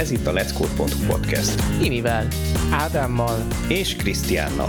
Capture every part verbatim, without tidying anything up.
Ez itt a Let's Code pont hu podcast. Imivel, Ádámmal és Krisztiánnal.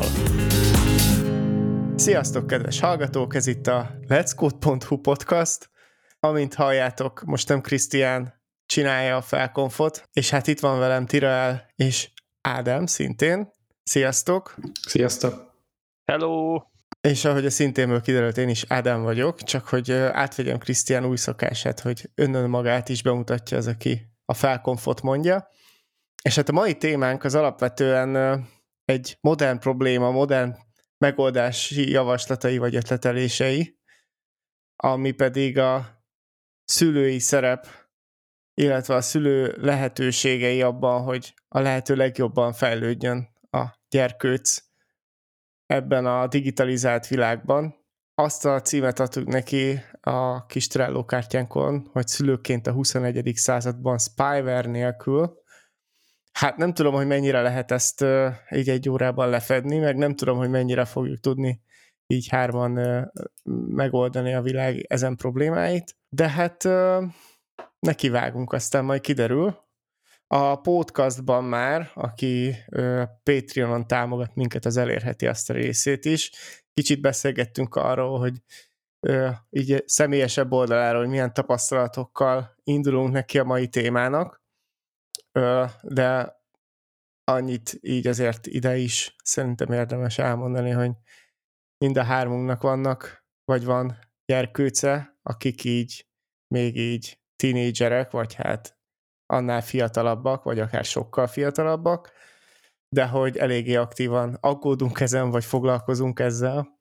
Sziasztok, kedves hallgatók! Ez itt a Let's Code pont hu podcast. Amint halljátok, most nem Krisztián csinálja a felkonfot, és hát itt van velem Tirael és Ádám szintén. Sziasztok! Sziasztok! Hello! És ahogy a szinténből kiderült, én is Ádám vagyok, csak hogy átvegyem Krisztián új szokását, hogy önnön magát is bemutatja az, aki a felkonfot mondja. És hát a mai témánk az alapvetően egy modern probléma, modern megoldási javaslatai vagy ötletelései, ami pedig a szülői szerep, illetve a szülő lehetőségei abban, hogy a lehető legjobban fejlődjön a gyerkőc ebben a digitalizált világban. Azt a címet adtuk neki a kis Trello kártyánkon, hogy szülőként a huszonegyedik században spyware nélkül. Hát nem tudom, hogy mennyire lehet ezt uh, így egy órában lefedni, meg nem tudom, hogy mennyire fogjuk tudni így hárman uh, megoldani a világ ezen problémáit, de hát uh, nekivágunk, aztán majd kiderül. A podcastban már, aki uh, Patreonon támogat minket, az elérheti azt a részét is. Kicsit beszélgettünk arról, hogy uh, így személyesebb oldaláról, hogy milyen tapasztalatokkal indulunk neki a mai témának, uh, de annyit így azért ide is szerintem érdemes elmondani, hogy mind a hármunknak vannak, vagy van gyerkőce, akik így még így tínédzserek, vagy hát annál fiatalabbak, vagy akár sokkal fiatalabbak, de hogy eléggé aktívan aggódunk ezen, vagy foglalkozunk ezzel.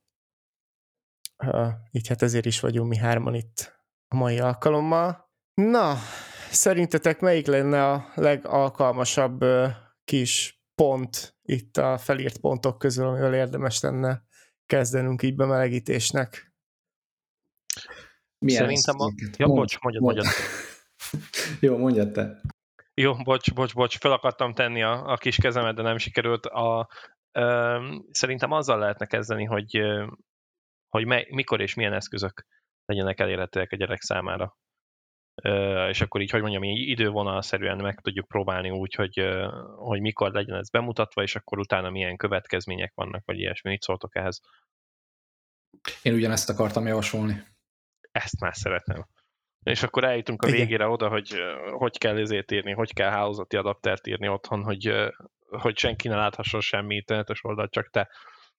Uh, így hát ezért is vagyunk mi hárman itt a mai alkalommal. Na, szerintetek melyik lenne a legalkalmasabb uh, kis pont itt a felírt pontok közül, amivel érdemes lenne kezdenünk így bemelegítésnek? Milyen Szerintem a... Ja, mond, bocs, mondjad, mondjad. Jó, mondjad te. Jó, bocs, bocs, bocs, fel akartam tenni a, a kis kezemet, de nem sikerült. A, ö, szerintem azzal lehetne kezdeni, hogy, hogy mely, mikor és milyen eszközök legyenek elérhetőek a gyerek számára. Ö, és akkor így, hogy mondjam, így idővonalszerűen meg tudjuk próbálni úgy, hogy, hogy mikor legyen ez bemutatva, és akkor utána milyen következmények vannak, vagy ilyesmi. Mit szóltok ehhez? Én ugyanezt akartam javasolni. Ezt már szeretném. És akkor eljutunk a végére Igen. oda, hogy hogy kell ezért írni, hogy kell hálózati adaptert írni otthon, hogy, hogy senki ne láthasson semmi internetes oldalt, csak te.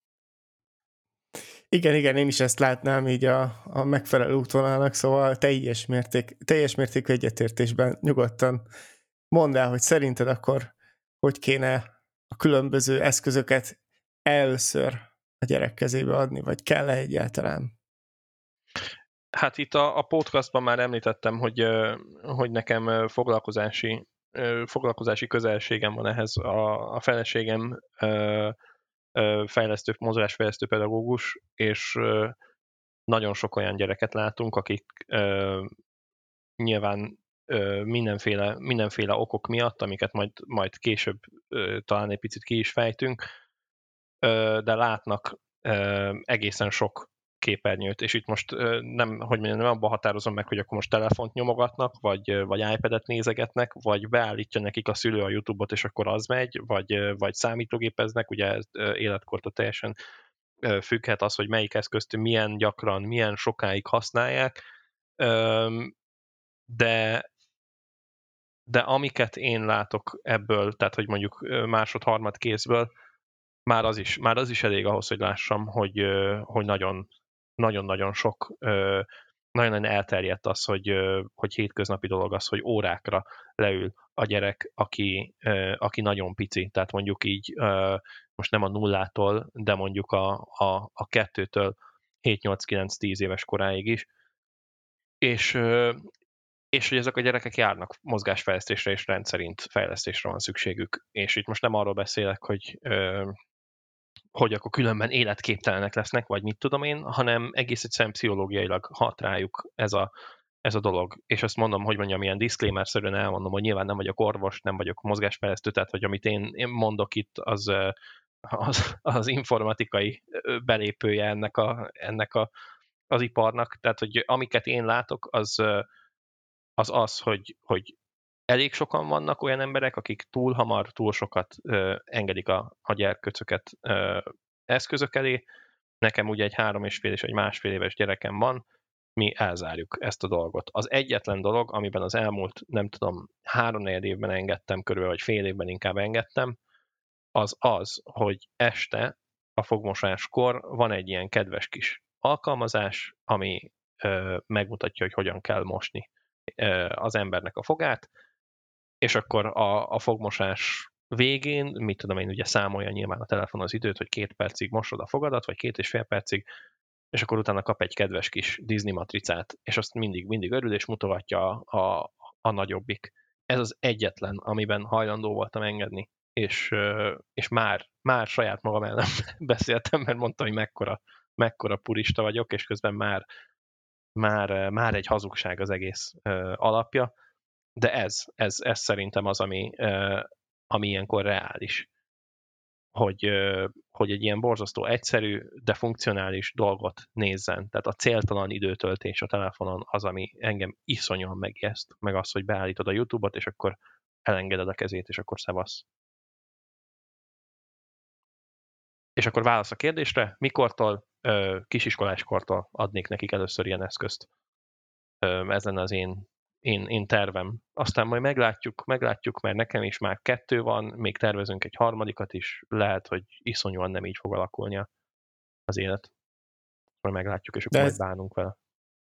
Igen, igen, én is ezt látnám így a, a megfelelő útvonalnak, szóval teljes, mérték, teljes mértékű egyetértésben nyugodtan mondd el, hogy szerinted akkor hogy kéne a különböző eszközöket először a gyerek kezébe adni, vagy kell-e egyáltalán? Hát itt a, a podcastban már említettem, hogy, hogy nekem foglalkozási, foglalkozási közelségem van ehhez. A, a feleségem fejlesztő, mozgásfejlesztő pedagógus, és nagyon sok olyan gyereket látunk, akik nyilván mindenféle, mindenféle okok miatt, amiket majd, majd később talán egy picit ki is fejtünk, de látnak egészen sok képernyőt, és itt most nem, hogy mondjam, nem abban határozom meg, hogy akkor most telefont nyomogatnak, vagy, vagy iPad-et nézegetnek, vagy beállítja nekik a szülő a YouTube-ot, és akkor az megy, vagy, vagy számítógépeznek, ugye ez életkortól teljesen függhet az, hogy melyik eszközt milyen gyakran, milyen sokáig használják, de de amiket én látok ebből, tehát hogy mondjuk másod-harmad kézből, már az is, már az is elég ahhoz, hogy lássam, hogy, hogy nagyon nagyon-nagyon sok, nagyon-nagyon elterjedt az, hogy, hogy hétköznapi dolog az, hogy órákra leül a gyerek, aki, aki nagyon pici, tehát mondjuk így most nem a nullától, de mondjuk a, a, a kettőtől hét nyolc kilenc tíz éves koráig is, és, és hogy ezek a gyerekek járnak mozgásfejlesztésre, és rendszerint fejlesztésre van szükségük, és itt most nem arról beszélek, hogy hogy akkor különben életképtelenek lesznek, vagy mit tudom én, hanem egész egyszerűen pszichológiailag hat rájuk ez a, ez a dolog. És azt mondom, hogy mondjam, ilyen disclaimer-szerűen elmondom, hogy nyilván nem vagyok orvos, nem vagyok mozgásfejlesztő, tehát hogy amit én, én mondok itt, az, az, az informatikai belépője ennek, a, ennek a, az iparnak. Tehát, hogy amiket én látok, az az, az hogy, hogy elég sokan vannak olyan emberek, akik túl hamar, túl sokat ö, engedik a, a gyerkőcöket ö, eszközök elé. Nekem ugye egy három és fél és egy másfél éves gyerekem van, mi elzárjuk ezt a dolgot. Az egyetlen dolog, amiben az elmúlt, nem tudom, három-négy évben engedtem körülbelül, vagy fél évben inkább engedtem, az az, hogy este a fogmosáskor van egy ilyen kedves kis alkalmazás, ami ö, megmutatja, hogy hogyan kell mosni ö, az embernek a fogát, és akkor a, a fogmosás végén, mit tudom én, ugye számolja nyilván a telefon az időt, hogy két percig mosod a fogadat, vagy két és fél percig, és akkor utána kap egy kedves kis Disney matricát, és azt mindig, mindig örül, és mutogatja a, a, a nagyobbik. Ez az egyetlen, amiben hajlandó voltam engedni, és, és már, már saját magam ellen beszéltem, mert mondtam, hogy mekkora, mekkora purista vagyok, és közben már, már, már egy hazugság az egész alapja, de ez, ez, ez szerintem az, ami, ami ilyenkor reális. Hogy, hogy egy ilyen borzasztó egyszerű, de funkcionális dolgot nézzen. Tehát a céltalan időtöltés a telefonon az, ami engem iszonyúan megijeszt, meg az, hogy beállítod a YouTube-ot, és akkor elengeded a kezét, és akkor szevasz. És akkor válasz a kérdésre, mikortól, kisiskoláskortól adnék nekik először ilyen eszközt. Ez lenne az én Én, én tervem. Aztán majd meglátjuk, meglátjuk, mert nekem is már kettő van, még tervezünk egy harmadikat is, lehet, hogy iszonyúan nem így fog alakulni az élet. Majd meglátjuk, és akkor ez... majd bánunk vele.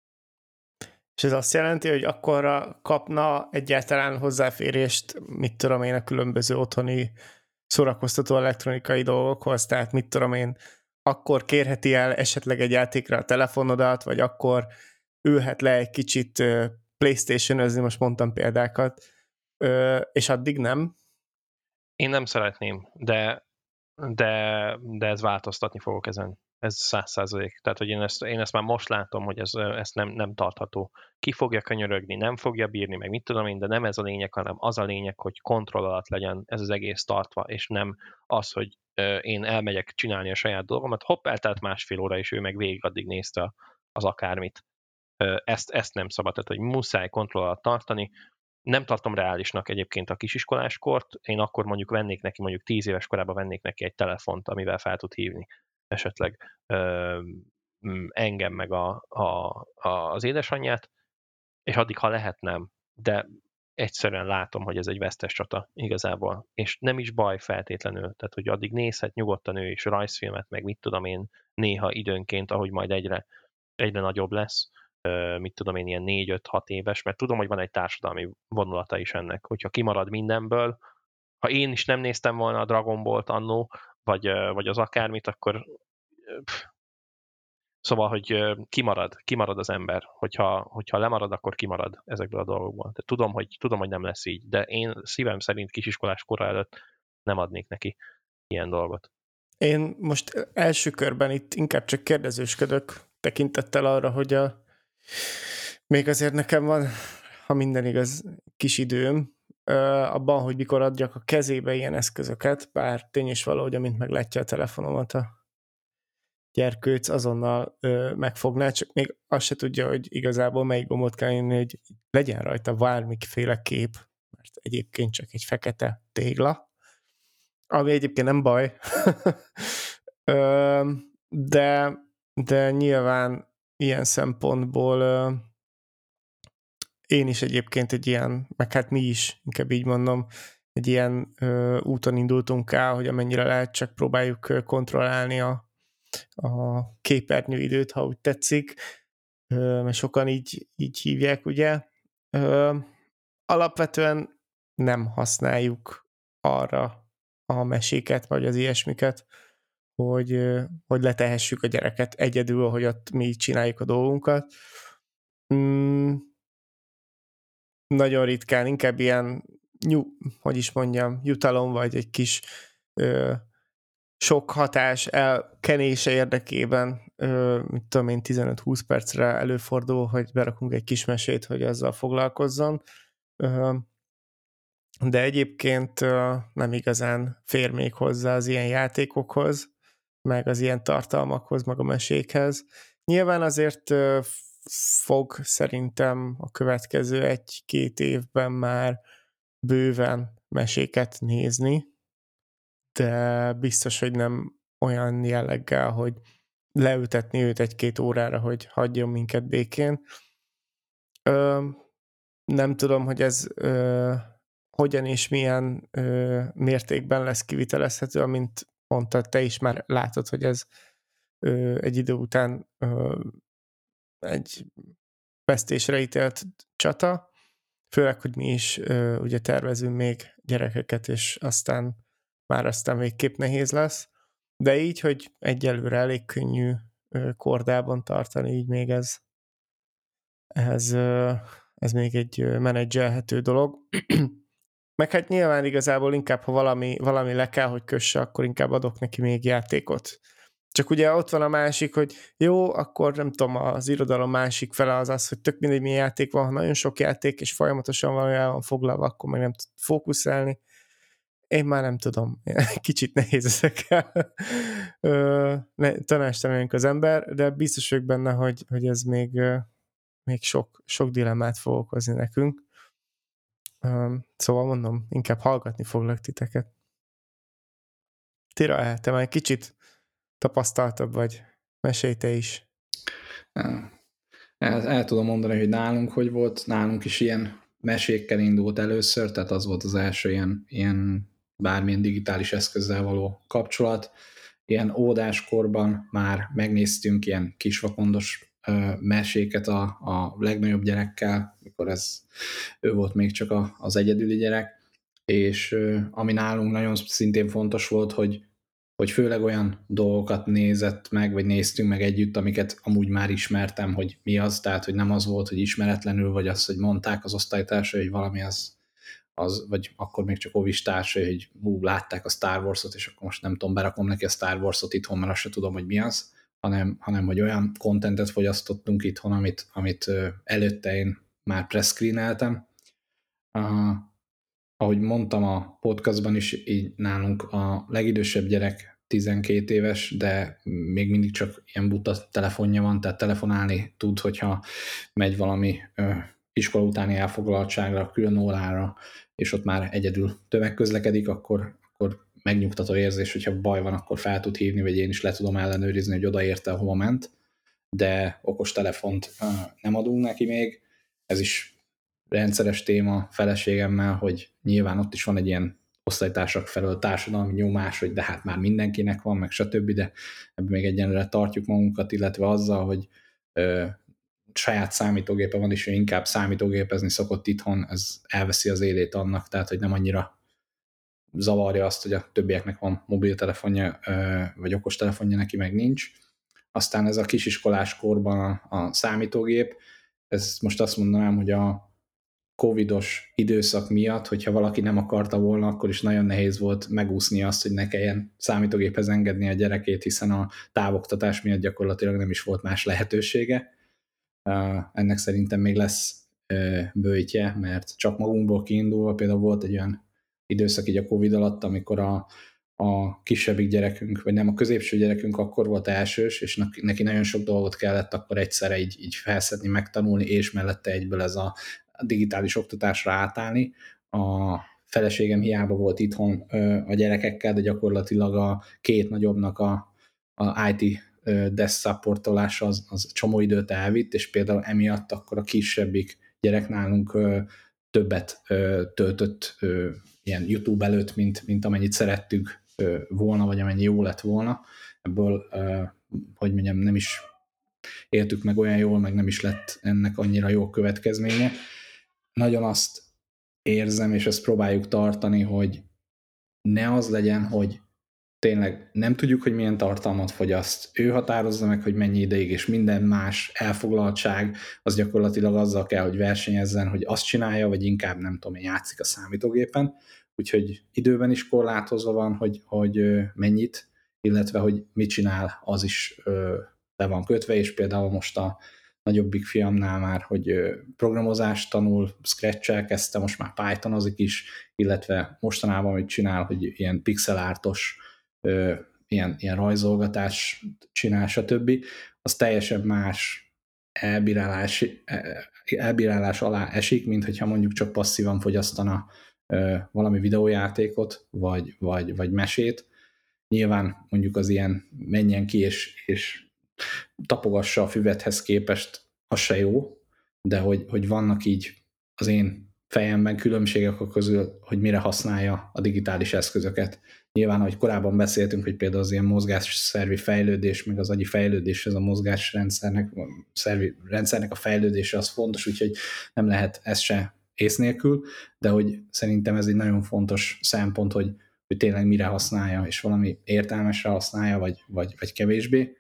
És ez azt jelenti, hogy akkorra kapna egyáltalán hozzáférést, mit tudom én, a különböző otthoni szórakoztató elektronikai dolgokhoz, tehát mit tudom én, akkor kérheti el esetleg egy játékra a telefonodat, vagy akkor ülhet le egy kicsit PlayStation-özni, most mondtam példákat, és addig nem? Én nem szeretném, de, de, de ez változtatni fogok ezen. Ez száz százalék. Tehát, hogy én ezt, én ezt már most látom, hogy ez, ez nem, nem tartható. Ki fogja könyörögni, nem fogja bírni, meg mit tudom én, de nem ez a lényeg, hanem az a lényeg, hogy kontroll alatt legyen ez az egész tartva, és nem az, hogy én elmegyek csinálni a saját dolgomat, hopp, eltelt másfél óra, és ő meg végig addig nézte az akármit. Ezt, ezt nem szabad, tehát hogy muszáj kontroll alatt tartani. Nem tartom reálisnak egyébként a kisiskoláskort, én akkor mondjuk vennék neki, mondjuk tíz éves korában vennék neki egy telefont, amivel fel tud hívni esetleg ö, engem meg a, a, a, az édesanyját, és addig, ha lehet, nem. De egyszerűen látom, hogy ez egy vesztes csata igazából, és nem is baj feltétlenül, tehát hogy addig nézhet nyugodtan ő is rajzfilmet, meg mit tudom én, néha időnként, ahogy majd egyre, egyre nagyobb lesz, mit tudom én, ilyen négy-öt-hat éves, mert tudom, hogy van egy társadalmi vonulata is ennek, hogyha kimarad mindenből, ha én is nem néztem volna a Dragon Ball-t annó, vagy, vagy az akármit, akkor pff. Szóval, hogy kimarad, kimarad az ember, hogyha, hogyha lemarad, akkor kimarad ezekből a dolgokból. Tehát tudom, hogy, tudom, hogy nem lesz így, de én szívem szerint kisiskolás kora előtt nem adnék neki ilyen dolgot. Én most első körben itt inkább csak kérdezősködök, tekintettel arra, hogy a még azért nekem van, ha minden igaz, kis időm, abban, hogy mikor adjak a kezébe ilyen eszközöket, bár tény is való, hogy amint meglátja a telefonomat a gyerkőc, azonnal megfogná, csak még azt se tudja, hogy igazából melyik gombot kell nyomni, hogy legyen rajta bármiféle kép, mert egyébként csak egy fekete tégla, ami egyébként nem baj, de, de nyilván ilyen szempontból én is egyébként egy ilyen, meg hát mi is, inkább így mondom, egy ilyen ö, úton indultunk el, hogy amennyire lehet, csak próbáljuk kontrollálni a, a képernyőidőt, ha úgy tetszik, ö, mert sokan így, így hívják, ugye. Ö, alapvetően nem használjuk arra a meséket, vagy az ilyesmiket, hogy, hogy letehessük a gyereket egyedül, hogy ott mi csináljuk a dolgunkat. Mm, nagyon ritkán, inkább ilyen, nyug, hogy is mondjam, jutalom, vagy egy kis ö, sok hatás elkenése érdekében, ö, mit tudom én, tizenöt-húsz percre előfordul, hogy berakunk egy kis mesét, hogy azzal foglalkozzon. Ö, de egyébként ö, nem igazán fér még hozzá az ilyen játékokhoz, meg az ilyen tartalmakhoz, meg a mesékhez. Nyilván azért ö, fog szerintem a következő egy-két évben már bőven meséket nézni, de biztos, hogy nem olyan jelleggel, hogy leültetni őt egy-két órára, hogy hagyjon minket békén. Ö, nem tudom, hogy ez ö, hogyan és milyen ö, mértékben lesz kivitelezhető, amint mondtad, te is már látod, hogy ez ö, egy idő után ö, egy vesztésre ítélt csata, főleg, hogy mi is ö, ugye tervezünk még gyerekeket, és aztán már aztán végképp nehéz lesz, de így, hogy egyelőre elég könnyű ö, kordában tartani, így még ez ez, ö, ez még egy ö, menedzselhető dolog. Meg hát nyilván igazából inkább, ha valami, valami le kell, hogy kösse, akkor inkább adok neki még játékot. Csak ugye ott van a másik, hogy jó, akkor nem tudom, az irodalom másik fele az az, hogy tök mindegy milyen játék van, ha nagyon sok játék, és folyamatosan valójában foglalva, akkor meg nem tud fókuszálni. Én már nem tudom, kicsit nehéz ezekkel tanástalanunk az ember, de biztos vagyok benne, hogy, hogy ez még, még sok, sok dilemmát fog okozni nekünk. Szóval mondom, inkább hallgatni foglak titeket. Tira, te már kicsit tapasztaltabb vagy. Mesélj te is. El, el tudom mondani, hogy nálunk hogy volt, nálunk is ilyen mesékkel indult először, tehát az volt az első ilyen, ilyen bármilyen digitális eszközzel való kapcsolat. Ilyen óvodáskorban már megnéztünk ilyen kisvakondos ö, meséket a, a legnagyobb gyerekkel, mikor ez, ő volt még csak a, az egyedüli gyerek, és ö, ami nálunk nagyon szintén fontos volt, hogy hogy főleg olyan dolgokat nézett meg, vagy néztünk meg együtt, amiket amúgy már ismertem, hogy mi az, tehát hogy nem az volt, hogy ismeretlenül, vagy az, hogy mondták az osztálytársai, hogy valami az, az vagy akkor még csak óvistársai, hogy hú, látták a Star Wars-ot, és akkor most nem tudom, berakom neki a Star Wars-ot itthon, mert azt se tudom, hogy mi az, hanem, hanem hogy olyan contentet fogyasztottunk itthon, amit, amit előtte én már preszkríneltem. Uh, ahogy mondtam a podcastban is, így nálunk a legidősebb gyerek tizenkét éves, de még mindig csak ilyen buta telefonja van, tehát telefonálni tud, hogyha megy valami ö, iskola utáni elfoglaltságra, külön órára, és ott már egyedül tömegközlekedik, akkor, akkor megnyugtató érzés, hogyha baj van, akkor fel tud hívni, vagy én is le tudom ellenőrizni, hogy odaérte, hova ment, de okos telefont ö, nem adunk neki még. Ez is rendszeres téma feleségemmel, hogy nyilván ott is van egy ilyen osztálytársak felől társadalmi nyomás, hogy de hát már mindenkinek van, meg stb., de ebben még egyenlőre tartjuk magunkat, illetve azzal, hogy ö, saját számítógépe van, és ő inkább számítógépezni szokott itthon, ez elveszi az élét annak, tehát hogy nem annyira zavarja azt, hogy a többieknek van mobiltelefonja, ö, vagy okostelefonja, neki meg nincs. Aztán ez a kisiskolás korban a, a számítógép, ez most azt mondanám, hogy a covidos időszak miatt, hogyha valaki nem akarta volna, akkor is nagyon nehéz volt megúszni azt, hogy ne kelljen számítógéphez engedni a gyerekét, hiszen a távoktatás miatt gyakorlatilag nem is volt más lehetősége. Ennek szerintem még lesz böjtje, mert csak magunkból kiindulva például volt egy olyan időszak így a Covid alatt, amikor a, a kisebbik gyerekünk, vagy nem, a középső gyerekünk akkor volt elsős, és neki nagyon sok dolgot kellett akkor egyszerre így, így felszedni, megtanulni, és mellette egyből ez a digitális oktatásra átállni. A feleségem hiába volt itthon a gyerekekkel, de gyakorlatilag a két nagyobbnak a, a i té desk supportolása az, az csomó időt elvitt, és például emiatt akkor a kisebbik gyerek nálunk többet töltött ilyen YouTube előtt, mint, mint amennyit szerettük volna, vagy amennyi jó lett volna. Ebből, hogy mondjam, nem is éltük meg olyan jól, meg nem is lett ennek annyira jó következménye. Nagyon azt érzem, és ezt próbáljuk tartani, hogy ne az legyen, hogy tényleg nem tudjuk, hogy milyen tartalmat fogyaszt. Ő határozza meg, hogy mennyi ideig, és minden más elfoglaltság, az gyakorlatilag azzal kell, hogy versenyezzen, hogy azt csinálja, vagy inkább nem tudom, játszik a számítógépen. Úgyhogy időben is korlátozva van, hogy, hogy mennyit, illetve hogy mit csinál, az is le van kötve, és például most a nagyobbik fiamnál már, hogy programozást tanul, Scratch-el kezdte, most már Pythonozik is, illetve mostanában, hogy csinál, hogy ilyen pixel artos, ilyen, ilyen rajzolgatás csinál, stb. Az teljesen más elbírálás, elbírálás alá esik, mint hogyha mondjuk csak passzívan fogyasztana valami videójátékot, vagy, vagy, vagy mesét. Nyilván mondjuk az ilyen menjen ki és, és tapogassa a füvethez képest, az se jó, de hogy, hogy vannak így az én fejemben különbségek a közül, hogy mire használja a digitális eszközöket. Nyilván, ahogy korábban beszéltünk, hogy például az ilyen mozgásszervi fejlődés, meg az agyi fejlődés, ez a mozgásrendszernek, a szervi rendszernek a fejlődése az fontos, úgyhogy nem lehet ez se ész nélkül, de hogy szerintem ez egy nagyon fontos szempont, hogy, hogy tényleg mire használja, és valami értelmesre használja, vagy, vagy, vagy kevésbé.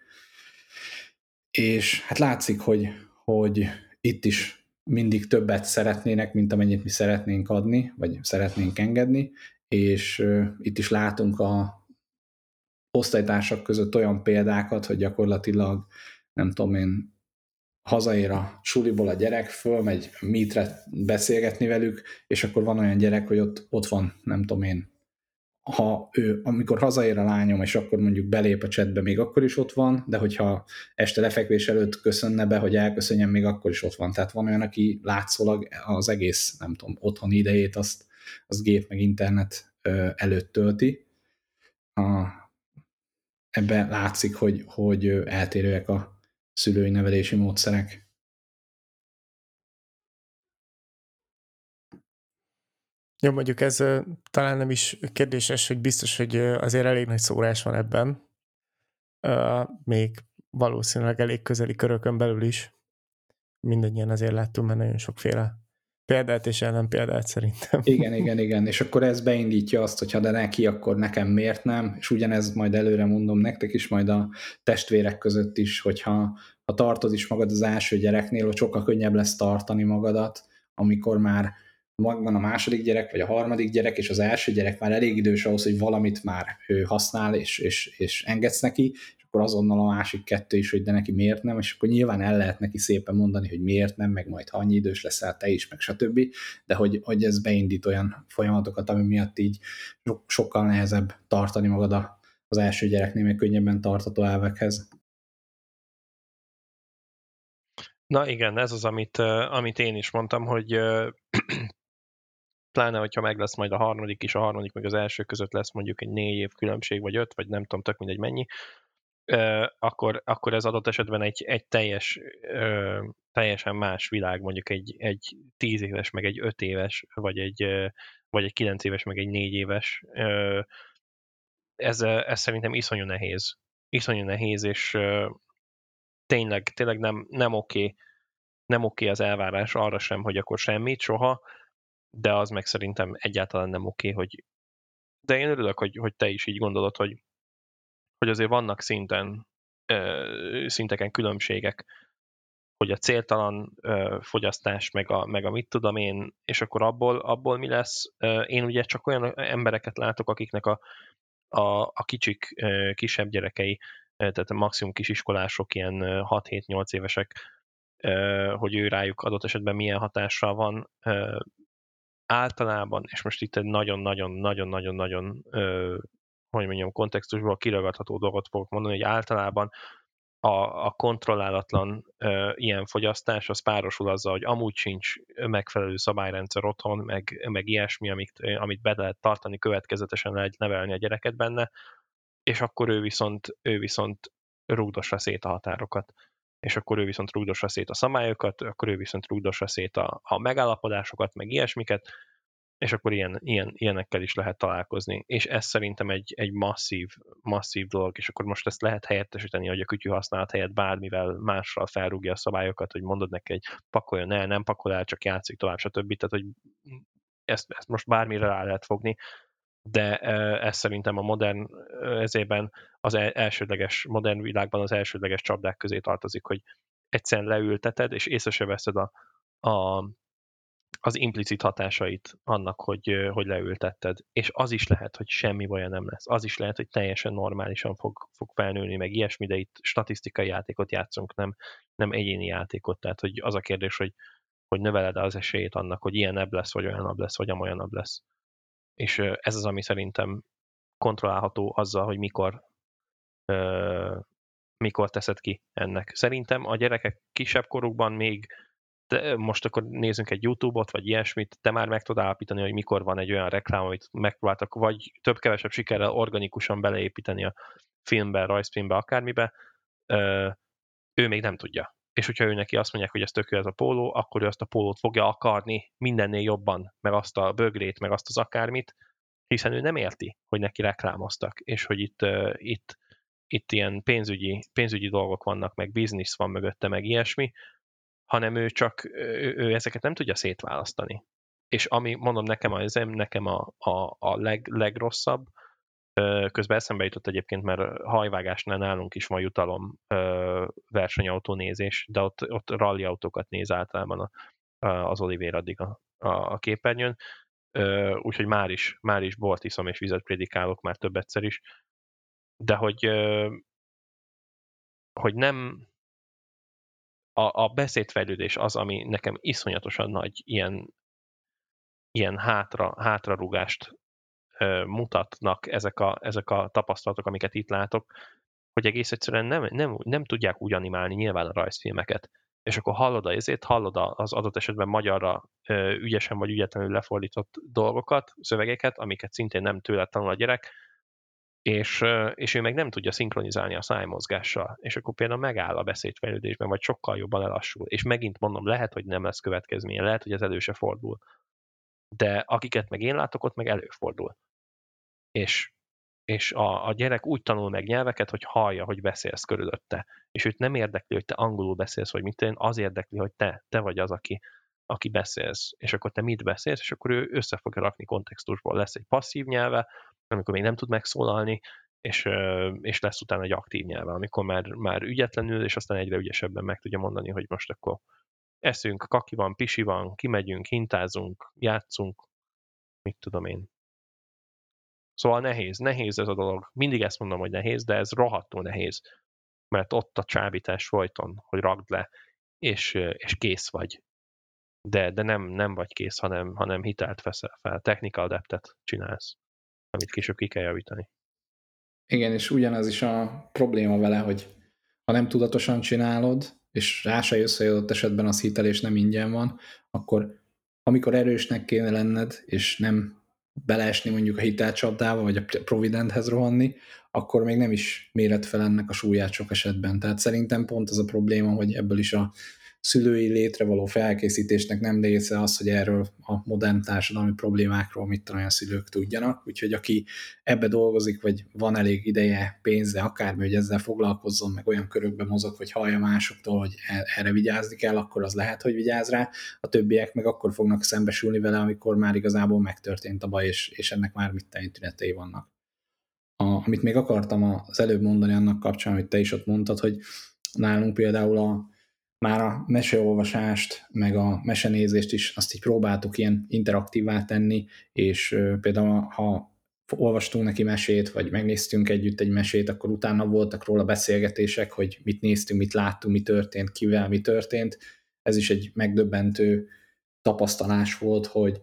És hát látszik, hogy, hogy itt is mindig többet szeretnének, mint amennyit mi szeretnénk adni, vagy szeretnénk engedni, és uh, itt is látunk a osztálytársak között olyan példákat, hogy gyakorlatilag, nem tudom én, hazaér a suliból a gyerek, fölmegy Meetre beszélgetni velük, és akkor van olyan gyerek, hogy ott, ott van, nem tudom én, ha ő, amikor hazaér a lányom, és akkor mondjuk belép a chatbe, még akkor is ott van, de hogyha este lefekvés előtt köszönne be, hogy elköszönjem, még akkor is ott van. Tehát van olyan, aki látszólag az egész, nem tudom, otthoni idejét azt, azt gép meg internet előtt tölti. A, ebben látszik, hogy, hogy eltérőek a szülői nevelési módszerek. Jó, mondjuk ez uh, talán nem is kérdéses, hogy biztos, hogy uh, azért elég nagy szórás van ebben. Uh, még valószínűleg elég közeli körökön belül is. Mindannyian azért láttunk már nagyon sokféle példát és ellenpéldát szerintem. Igen, igen, igen, és akkor ez beindítja azt, hogy ha de neki, akkor nekem miért nem, és ugyanez majd előre mondom nektek is, majd a testvérek között is, hogyha ha tartod is magad az első gyereknél, hogy sokkal könnyebb lesz tartani magadat, amikor már van a második gyerek, vagy a harmadik gyerek, és az első gyerek már elég idős ahhoz, hogy valamit már ő használ, és, és, és engedsz neki, és akkor azonnal a másik kettő is, hogy de neki miért nem, és akkor nyilván el lehet neki szépen mondani, hogy miért nem, meg majd ha annyi idős leszel te is, meg stb. De hogy, hogy ez beindít olyan folyamatokat, ami miatt így sokkal nehezebb tartani magad az első gyereknél, még könnyebben tartató elvekhez. Na igen, ez az, amit, amit én is mondtam, hogy pláne, hogyha meg lesz majd a harmadik is, a harmadik meg az első között lesz mondjuk egy négy év különbség, vagy öt, vagy nem tudom, tök mindegy mennyi, akkor, akkor ez adott esetben egy, egy teljes, teljesen más világ, mondjuk egy, egy tíz éves, meg egy öt éves, vagy egy, vagy egy kilenc éves, meg egy négy éves. Ez, ez szerintem iszonyú nehéz. Iszonyú nehéz, és tényleg, tényleg nem, nem oké, nem oké az elvárás arra sem, hogy akkor semmit, soha, de az meg szerintem egyáltalán nem oké, hogy de én örülök, hogy, hogy te is így gondolod, hogy, hogy azért vannak szinten, szinteken különbségek, hogy a céltalan fogyasztás, meg a, meg a mit tudom én, és akkor abból, abból mi lesz. Én ugye csak olyan embereket látok, akiknek a, a, a kicsik, kisebb gyerekei, tehát a maximum kisiskolások, ilyen hat-hét-nyolc évesek, hogy ő rájuk adott esetben milyen hatással van. Általában, és most itt egy nagyon-nagyon-nagyon-nagyon-nagyon, hogy mondjam, kontextusból kiragadható dolgot fogok mondani, hogy általában a, a kontrollálatlan ö, ilyen fogyasztás, az párosul azzal, hogy amúgy sincs megfelelő szabályrendszer otthon, meg, meg ilyesmi, amit, amit be lehet tartani, következetesen lehet nevelni a gyereket benne, és akkor ő viszont, ő viszont rúgdosra szét a határokat. És akkor ő viszont rúgdosra szét a szabályokat, akkor ő viszont rúgdosra szét a, a megállapodásokat, meg ilyesmiket, és akkor ilyen, ilyen, ilyenekkel is lehet találkozni. És ez szerintem egy, egy masszív, masszív dolog, és akkor most ezt lehet helyettesíteni, hogy a kütyű használat helyett bármivel mással felrúgja a szabályokat, hogy mondod neki, hogy pakoljon el, nem pakol el, csak játszik tovább, stb. Tehát, hogy ezt, ezt most bármire rá lehet fogni, de ez szerintem a modern ezében az elsődleges, modern világban az elsődleges csapdák közé tartozik, hogy egyszerűen leülteted, és észre se veszed a, a az implicit hatásait annak, hogy, hogy leültetted. És az is lehet, hogy semmi baja nem lesz. Az is lehet, hogy teljesen normálisan fog, fog felnőni, meg ilyesmi, de itt statisztikai játékot játszunk, nem, nem egyéni játékot. Tehát, hogy az a kérdés, hogy, hogy növeled az esélyét annak, hogy ilyenebb lesz, vagy olyanabb lesz, vagy amolyanabb lesz. És ez az, ami szerintem kontrollálható azzal, hogy mikor, uh, mikor teszed ki ennek. Szerintem a gyerekek kisebb korukban még te most akkor nézzünk egy YouTube-ot, vagy ilyesmit, te már meg tudod állapítani, hogy mikor van egy olyan reklám, amit megpróbáltak vagy több-kevesebb sikerrel organikusan beleépíteni a filmbe, rajzfilmbe, akármibe, ö, ő még nem tudja. És hogyha ő neki azt mondják, hogy ez tök jó ez a póló, akkor ő azt a pólót fogja akarni mindennél jobban, meg azt a bögrét, meg azt az akármit, hiszen ő nem érti, hogy neki reklámoztak, és hogy itt, uh, itt, itt ilyen pénzügyi, pénzügyi dolgok vannak, meg biznisz van mögötte, meg ilyesmi, hanem ő csak, ő, ő ezeket nem tudja szétválasztani. És ami, mondom, nekem az nekem a, a, a leg, legrosszabb, közben eszembe jutott egyébként, mert hajvágásnál nálunk is van jutalom versenyautó nézés, de ott, ott rally autókat néz általában a, az Olivér addig a, a képernyőn, úgyhogy már is, már is bort iszom és vizet prédikálok már több egyszer is, de hogy, hogy nem a, a beszédfejlődés az, ami nekem iszonyatosan nagy ilyen, ilyen hátra, hátrarúgást mutatnak ezek a, ezek a tapasztalatok, amiket itt látok, hogy egész egyszerűen nem, nem, nem tudják úgy animálni nyilván a rajzfilmeket. És akkor hallod ezért, hallod az adott esetben magyarra ügyesen vagy ügyetlenül lefordított dolgokat, szövegeket, amiket szintén nem tőle tanul a gyerek, és, és ő meg nem tudja szinkronizálni a szájmozgással, és akkor például megáll a beszédfejlődésben, vagy sokkal jobban lelassul. És megint mondom, lehet, hogy nem lesz következménye, lehet, hogy ez elő se fordul. De akiket meg én látok, ott meg előfordul. És, és a, a gyerek úgy tanul meg nyelveket, hogy hallja, hogy beszélsz körülötte. És őt nem érdekli, hogy te angolul beszélsz, vagy mit tenni, az érdekli, hogy te, te vagy az, aki, aki beszélsz. És akkor te mit beszélsz, és akkor ő össze fogja rakni kontextusból. Lesz egy passzív nyelve, amikor még nem tud megszólalni, és, és lesz utána egy aktív nyelve, amikor már, már ügyetlenül, és aztán egyre ügyesebben meg tudja mondani, hogy most akkor eszünk, kaki van, pisi van, kimegyünk, hintázunk, játszunk, mit tudom én. Szóval nehéz, nehéz ez a dolog. Mindig ezt mondom, hogy nehéz, de ez rohadtul nehéz. Mert ott a csábítás folyton, hogy rakd le, és, és kész vagy. De, de nem, nem vagy kész, hanem, hanem hitelt veszel fel. Technical adaptet csinálsz, amit később ki kell javítani. Igen, és ugyanaz is a probléma vele, hogy ha nem tudatosan csinálod, és rá se jössz, hogy adott esetben az hitel és nem ingyen van, akkor amikor erősnek kéne lenned, és nem beleesni mondjuk a hitelcsapdába, vagy a Providenthez rohanni, akkor még nem is méret fel ennek a súlyát sok esetben. Tehát szerintem pont az a probléma, hogy ebből is a szülői létre való felkészítésnek nem része az, hogy erről a modern társadalmi problémákról mit olyan szülők tudjanak. Úgyhogy aki ebbe dolgozik, vagy van elég ideje, pénze, akármi, hogy ezzel foglalkozzon, meg olyan körökbe mozog, hogy hallja másoktól, hogy erre vigyázni kell, akkor az lehet, hogy vigyáz rá. A többiek meg akkor fognak szembesülni vele, amikor már igazából megtörtént a baj, és, és ennek már mit tünetei vannak. A, amit még akartam az előbb mondani annak kapcsán, hogy te is ott mondtad, hogy nálunk például a már a meseolvasást, meg a mesenézést is azt így próbáltuk ilyen interaktívvá tenni, és például ha olvastunk neki mesét, vagy megnéztünk együtt egy mesét, akkor utána voltak róla beszélgetések, hogy mit néztünk, mit láttunk, mi történt, kivel mi történt. Ez is egy megdöbbentő tapasztalás volt, hogy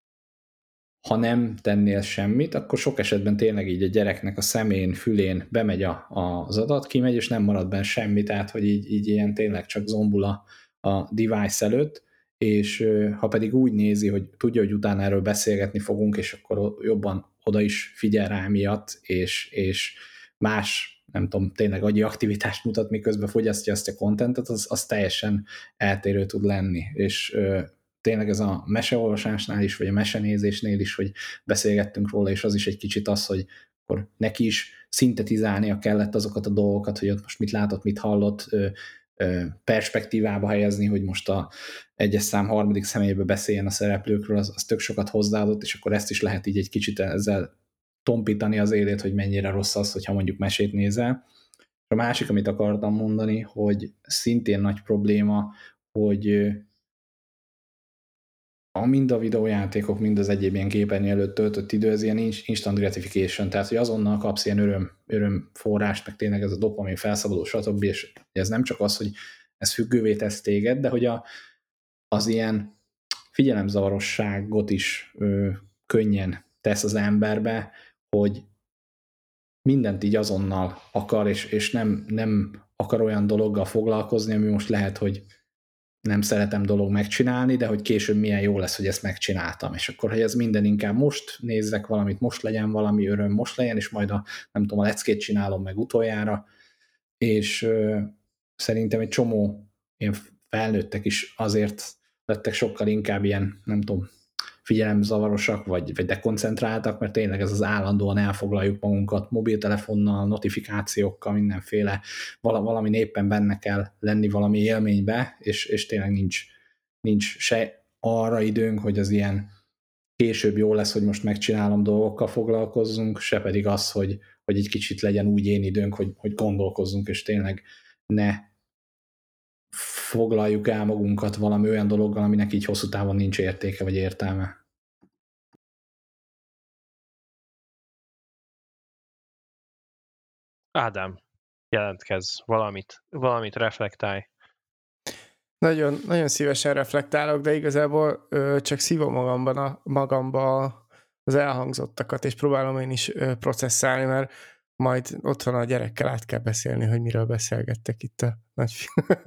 ha nem tennél semmit, akkor sok esetben tényleg így a gyereknek a szemén, fülén bemegy a, az adat, kimegy, és nem marad benne semmi, tehát hogy így, így ilyen tényleg csak zombul a, a device előtt, és ha pedig úgy nézi, hogy tudja, hogy utána erről beszélgetni fogunk, és akkor jobban oda is figyel rá miatt, és, és más, nem tudom, tényleg agyi aktivitást mutat, miközben fogyasztja azt a contentet, az, az teljesen eltérő tud lenni, és tényleg ez a meseolvasásnál is, vagy a mesenézésnél is, hogy beszélgettünk róla, és az is egy kicsit az, hogy akkor neki is szintetizálnia kellett azokat a dolgokat, hogy ott most mit látott, mit hallott, perspektívába helyezni, hogy most a egyes szám harmadik személybe beszéljen a szereplőkről, az, az tök sokat hozzáadott, és akkor ezt is lehet így egy kicsit ezzel tompítani az élét, hogy mennyire rossz az, hogyha mondjuk mesét nézel. A másik, amit akartam mondani, hogy szintén nagy probléma, hogy a mind a videójátékok, mind az egyéb ilyen képernyő előtt töltött idő, ez ilyen instant gratification, tehát hogy azonnal kapsz ilyen öröm, örömforrást, meg tényleg ez a dopamin felszabadul, stb. És ez nem csak az, hogy ez függővé tesz téged, de hogy a, az ilyen figyelemzavarosságot is ö, könnyen tesz az emberbe, hogy mindent így azonnal akar, és, és nem, nem akar olyan dologgal foglalkozni, ami most lehet, hogy nem szeretem dolog megcsinálni, de hogy később milyen jó lesz, hogy ezt megcsináltam. És akkor, hogy ez minden inkább most nézzek valamit, most legyen valami öröm, most legyen, és majd a, nem tudom, a leckét csinálom meg utoljára. És ö, szerintem egy csomó ilyen felnőttek is azért lettek sokkal inkább ilyen, nem tudom, figyelemzavarosak, vagy, vagy dekoncentráltak, mert tényleg ez az állandóan elfoglaljuk magunkat mobiltelefonnal, notifikációkkal, mindenféle, valami éppen benne kell lenni valami élménybe, és, és tényleg nincs, nincs se arra időnk, hogy az ilyen később jó lesz, hogy most megcsinálom dolgokkal foglalkozzunk, se pedig az, hogy, hogy egy kicsit legyen úgy én időnk, hogy, hogy gondolkozzunk, és tényleg ne foglaljuk el magunkat valami olyan dologgal, aminek így hosszú távon nincs értéke vagy értelme. Ádám, jelentkezz, valamit, valamit reflektálj. Nagyon, nagyon szívesen reflektálok, de igazából ö, csak szívom magamban a, magamba az elhangzottakat, és próbálom én is ö, processzálni, mert majd ott van a gyerekkel, át kell beszélni, hogy miről beszélgettek itt a nagy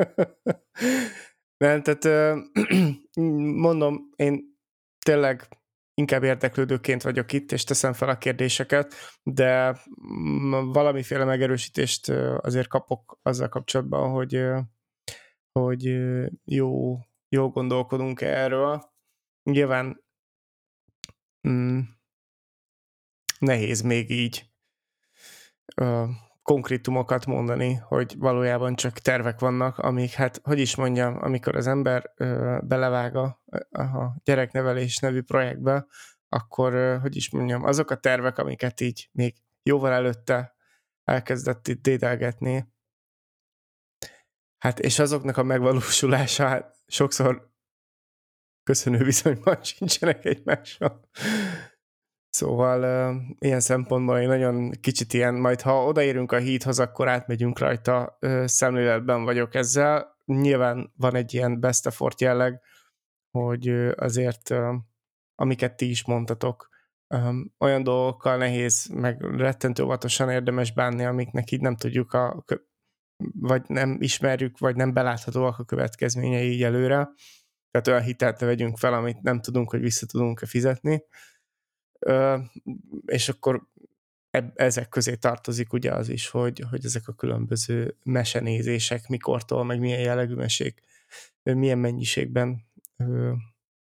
Nem, tehát ö, mondom, én tényleg inkább érdeklődőként vagyok itt, és teszem fel a kérdéseket, de valamiféle megerősítést azért kapok azzal kapcsolatban, hogy, hogy jó, jó gondolkodunk erről. Nyilván mm, nehéz még így uh, konkrétumokat mondani, hogy valójában csak tervek vannak, amik, hát, hogy is mondjam, amikor az ember uh, belevág a, a gyereknevelés nevű projektbe, akkor, uh, hogy is mondjam, azok a tervek, amiket így még jóval előtte elkezdett itt dédelgetni, hát és azoknak a megvalósulása hát sokszor köszönő viszonyban sincsenek egymással. Szóval uh, ilyen szempontból én nagyon kicsit ilyen, majd ha odaérünk a hídhoz, akkor átmegyünk rajta, uh, szemléletben vagyok ezzel. Nyilván van egy ilyen best effort jelleg, hogy uh, azért, uh, amiket ti is mondtatok, um, olyan dolgokkal nehéz, meg rettentő óvatosan érdemes bánni, amiknek így nem tudjuk, a, vagy nem ismerjük, vagy nem beláthatóak a következményei így előre. Tehát olyan hitelt vegyünk fel, amit nem tudunk, hogy vissza tudunk-e fizetni. Ö, és akkor eb- ezek közé tartozik ugye az is, hogy, hogy ezek a különböző mesenézések mikortól, meg milyen jellegű mesék, milyen mennyiségben ö,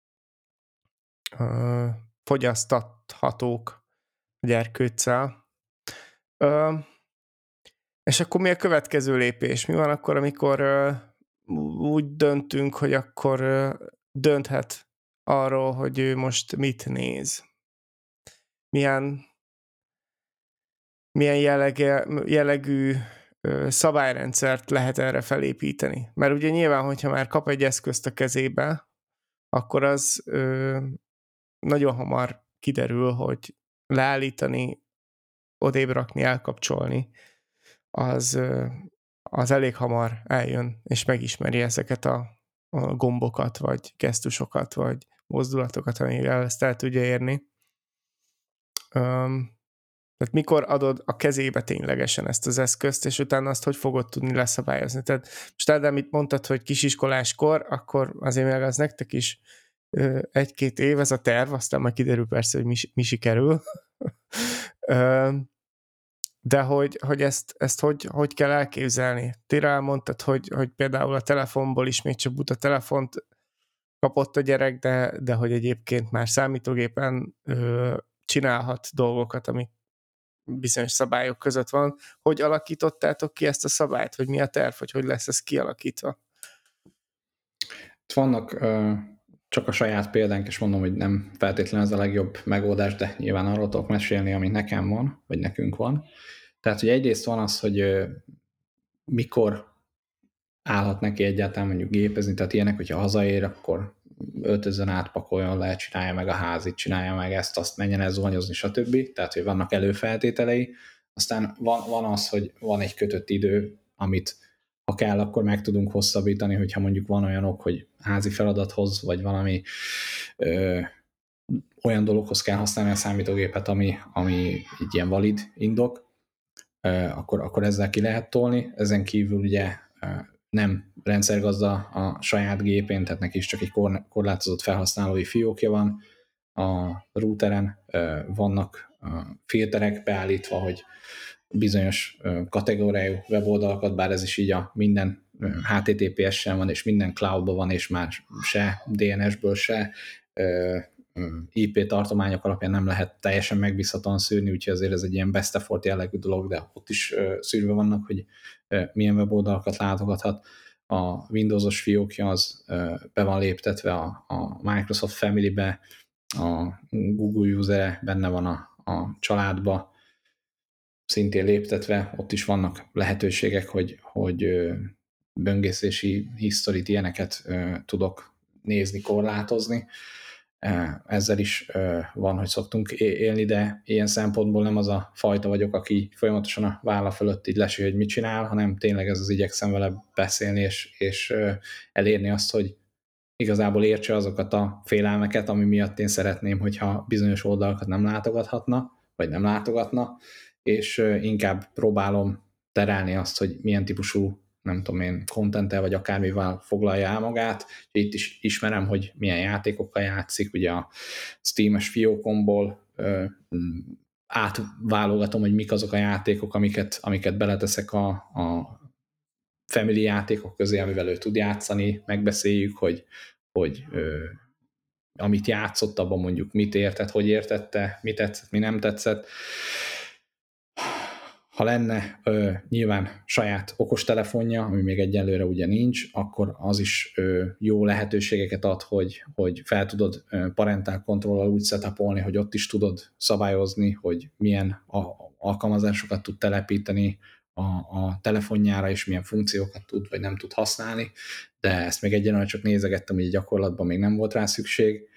ö, fogyasztathatók a gyerkőccel. Ö, és akkor mi a következő lépés? Mi van akkor, amikor ö, úgy döntünk, hogy akkor ö, dönthet arról, hogy ő most mit néz? Milyen, milyen jellege, jellegű ö, szabályrendszert lehet erre felépíteni. Mert ugye nyilván, hogyha már kap egy eszközt a kezébe, akkor az ö, nagyon hamar kiderül, hogy leállítani, odébb rakni, elkapcsolni, az, ö, az elég hamar eljön, és megismeri ezeket a, a gombokat, vagy gesztusokat, vagy mozdulatokat, amivel ezt el tudja érni. Um, Tehát mikor adod a kezébe ténylegesen ezt az eszközt, és utána azt hogy fogod tudni leszabályozni. Tehát most Ádám itt mondtad, hogy kisiskoláskor, akkor azért meg az nektek is ö, egy-két év ez a terv, aztán majd kiderül persze, hogy mi, mi sikerül. De hogy, hogy ezt, ezt hogy, hogy kell elképzelni? Tira elmondtad, hogy, hogy például a telefonból is még csak buta telefont kapott a gyerek, de, de hogy egyébként már számítógépen ö, csinálhat dolgokat, amik bizonyos szabályok között van. Hogy alakítottátok ki ezt a szabályt? Hogy mi a terv? Hogy hogy lesz ez kialakítva? Vannak uh, csak a saját példánk, és mondom, hogy nem feltétlenül ez a legjobb megoldás, de nyilván arról tudok mesélni, ami nekem van, vagy nekünk van. Tehát, hogy egyrészt van az, hogy uh, mikor állhat neki egyáltalán mondjuk gépezni, tehát ilyenek, hogyha hazaér, akkor öltözön át, pakoljon le, csinálja meg a házit, csinálja meg ezt, azt menjen el zuhanyozni, stb. Tehát, hogy vannak előfeltételei. Aztán van, van az, hogy van egy kötött idő, amit ha kell, akkor meg tudunk hosszabbítani, hogyha mondjuk van olyanok, hogy házi feladathoz, vagy valami ö, olyan dologhoz kell használni a számítógépet, ami, ami egy ilyen valid indok, ö, akkor, akkor ezzel ki lehet tolni. Ezen kívül ugye nem rendszergazda a saját gépén, tehát neki is csak egy korlátozott felhasználói fiókja van. A routeren vannak filterek beállítva, hogy bizonyos kategóriájú weboldalakat, bár ez is így a minden há té té pé es-en van, és minden cloudban van, és már se dé en es-ből, se i pé tartományok alapján nem lehet teljesen megbízhatóan szűrni, úgyhogy azért ez egy ilyen best effort jellegű dolog, de ott is szűrve vannak, hogy milyen weboldalakat látogathat. A Windowsos fiókja az be van léptetve a, a Microsoft Family-be, a Google user benne van a, a családba, szintén léptetve, ott is vannak lehetőségek, hogy, hogy böngészési historit, ilyeneket tudok nézni, korlátozni. Ezzel is van, hogy szoktunk élni, de ilyen szempontból nem az a fajta vagyok, aki folyamatosan a válla fölött így lesi, hogy mit csinál, hanem tényleg ez az igyekszem vele beszélni, és, és elérni azt, hogy igazából értse azokat a félelmeket, ami miatt én szeretném, hogyha bizonyos oldalakat nem látogathatna, vagy nem látogatna, és inkább próbálom terelni azt, hogy milyen típusú, nem tudom én, contenttel vagy akármivel foglalja el magát. Itt is ismerem, hogy milyen játékokkal játszik, ugye a Steam-es fiókomból ö, átválogatom, hogy mik azok a játékok, amiket, amiket beleteszek a, a family játékok közé, amivel ő tud játszani, megbeszéljük, hogy, hogy ö, amit játszott, abban mondjuk mit értett, hogy értette, mi tetszett, mi nem tetszett. Ha lenne ö, nyilván saját okostelefonja, ami még egyelőre ugye nincs, akkor az is ö, jó lehetőségeket ad, hogy, hogy fel tudod ö, parentál kontrollal úgy setupolni, hogy ott is tudod szabályozni, hogy milyen a, alkalmazásokat tud telepíteni a, a telefonjára, és milyen funkciókat tud, vagy nem tud használni, de ezt még egyenlően csak nézegettem, hogy gyakorlatban még nem volt rá szükség.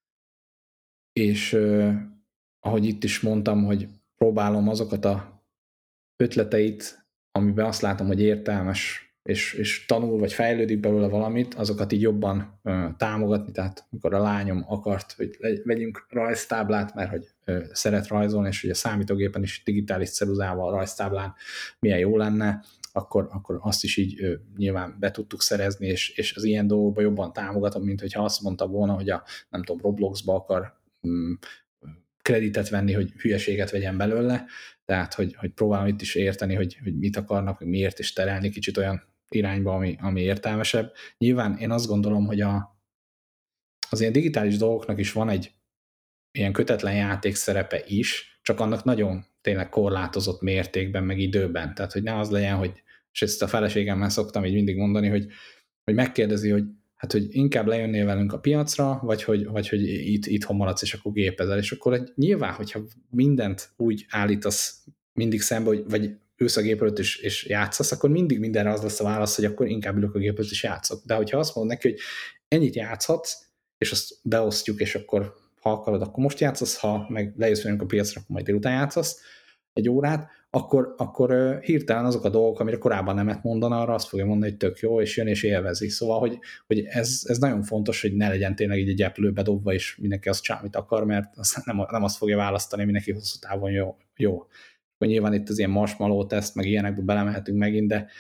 És ö, ahogy itt is mondtam, hogy próbálom azokat a ötleteit, amiben azt látom, hogy értelmes, és, és tanul, vagy fejlődik belőle valamit, azokat így jobban ö, támogatni, tehát amikor a lányom akart, hogy vegyünk rajztáblát, mert hogy ö, szeret rajzolni, és hogy a számítógépen is digitális ceruzával rajztáblán milyen jó lenne, akkor, akkor azt is így ö, nyilván be tudtuk szerezni, és, és az ilyen dolgokban jobban támogatom, mint hogyha azt mondta volna, hogy a nem tudom, Robloxba akar mm, kreditet venni, hogy hülyeséget vegyen belőle, tehát, hogy, hogy próbálom itt is érteni, hogy, hogy mit akarnak, hogy miért is terelni kicsit olyan irányba, ami, ami értelmesebb. Nyilván én azt gondolom, hogy a, az ilyen digitális dolgoknak is van egy ilyen kötetlen játék szerepe is, csak annak nagyon tényleg korlátozott mértékben, meg időben. Tehát, hogy ne az legyen, hogy, és ezt a feleségemmel szoktam így mindig mondani, hogy, hogy megkérdezi, hogy hát, hogy inkább lejönnél velünk a piacra, vagy hogy, vagy, hogy itt, itthon maradsz, és akkor gépezel. És akkor egy, nyilván, hogyha mindent úgy állítasz mindig szembe, hogy, vagy ülsz a gép előtt és, és játszasz, akkor mindig mindenre az lesz a válasz, hogy akkor inkább ülök a gép előtt és játszok. De hogyha azt mondod neki, hogy ennyit játszhatsz, és azt beosztjuk, és akkor ha akarod, akkor most játszasz, ha meg lejössz velünk a piacra, akkor majd délután játszasz egy órát, akkor, akkor hirtelen azok a dolgok, amire korábban nemet mondana, arra azt fogja mondani, hogy tök jó, és jön és élvezi. Szóval, hogy, hogy ez, ez nagyon fontos, hogy ne legyen tényleg így egy eplőbe dobva, és mindenki azt csinál, amit akar, mert azt nem, nem azt fogja választani, ami neki hosszú távon jó. jó. Akkor nyilván itt az ilyen marshmallow teszt, meg ilyenekbe belemehetünk megint, de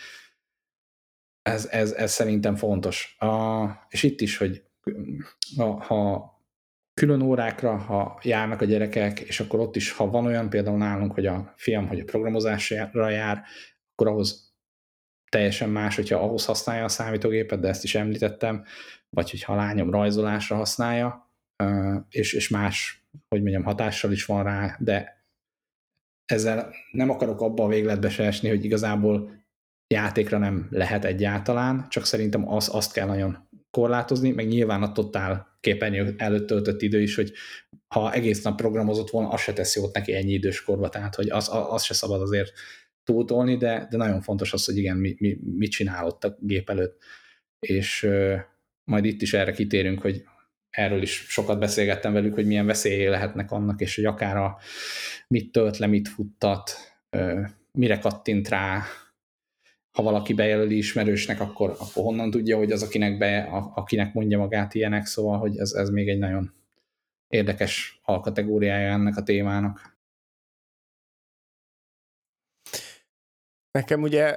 ez, ez, ez szerintem fontos. A, és itt is, hogy ha, ha külön órákra, ha járnak a gyerekek, és akkor ott is, ha van olyan például nálunk, hogy a fiam, hogy a programozásra jár, akkor ahhoz teljesen más, hogyha ahhoz használja a számítógépet, de ezt is említettem, vagy hogyha a lányom rajzolásra használja, és, és más, hogy mondjam, hatással is van rá, de ezzel nem akarok abba a végletbe se esni, hogy igazából játékra nem lehet egyáltalán, csak szerintem az, azt kell nagyon korlátozni, meg nyilván a totál képernyő előtt töltött idő is, hogy ha egész nap programozott volna, az se tesz jót neki ennyi idős korba, tehát hogy az, az se szabad azért túltolni, de, de nagyon fontos az, hogy igen, mi, mi, mit csinál ott a gép előtt. És uh, majd itt is erre kitérünk, hogy erről is sokat beszélgettem velük, hogy milyen veszélyei lehetnek annak, és hogy akár a mit tölt le, mit futtat, uh, mire kattint rá, ha valaki bejelöli ismerősnek, akkor, akkor honnan tudja, hogy az, akinek, be, a, akinek mondja magát ilyenek, szóval, hogy ez, ez még egy nagyon érdekes alkategóriája ennek a témának. Nekem ugye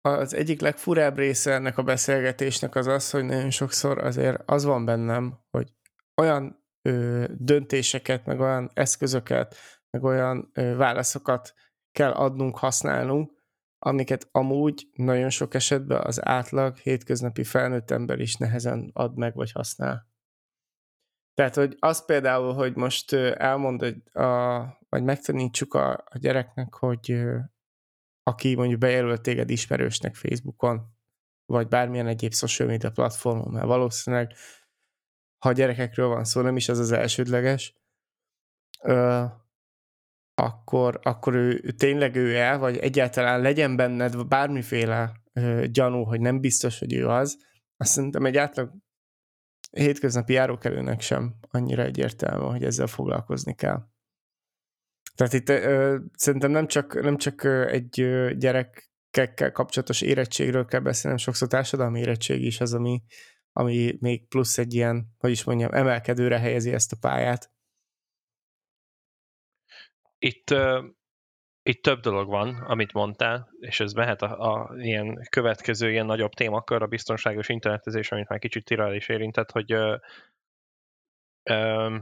az egyik legfurább része ennek a beszélgetésnek az az, hogy nagyon sokszor azért az van bennem, hogy olyan ö, döntéseket, meg olyan eszközöket, meg olyan ö, válaszokat kell adnunk, használnunk, amiket amúgy nagyon sok esetben az átlag hétköznapi felnőtt ember is nehezen ad meg, vagy használ. Tehát, hogy az például, hogy most elmond, hogy a, vagy megtanítsuk a, a gyereknek, hogy aki mondjuk bejelölt téged ismerősnek Facebookon, vagy bármilyen egyéb social media platformon, mert valószínűleg, ha a gyerekekről van szó, nem is az az elsődleges, ö, akkor, akkor ő, ő tényleg ő-e, vagy egyáltalán legyen benned bármiféle ö, gyanú, hogy nem biztos, hogy ő az, azt szerintem egy átlag hétköznapi járókelőnek sem annyira egyértelmű, hogy ezzel foglalkozni kell. Tehát itt ö, szerintem nem csak, nem csak egy ö, gyerekekkel kapcsolatos érettségről kell beszélni, sokszor társadalmi érettség is az, ami, ami még plusz egy ilyen, hogy is mondjam, emelkedőre helyezi ezt a pályát. Itt, uh, itt több dolog van, amit mondtál, és ez mehet a, a ilyen következő ilyen nagyobb témakör, a biztonságos internetezés, amit már kicsit Tira is érintett, hogy uh, um,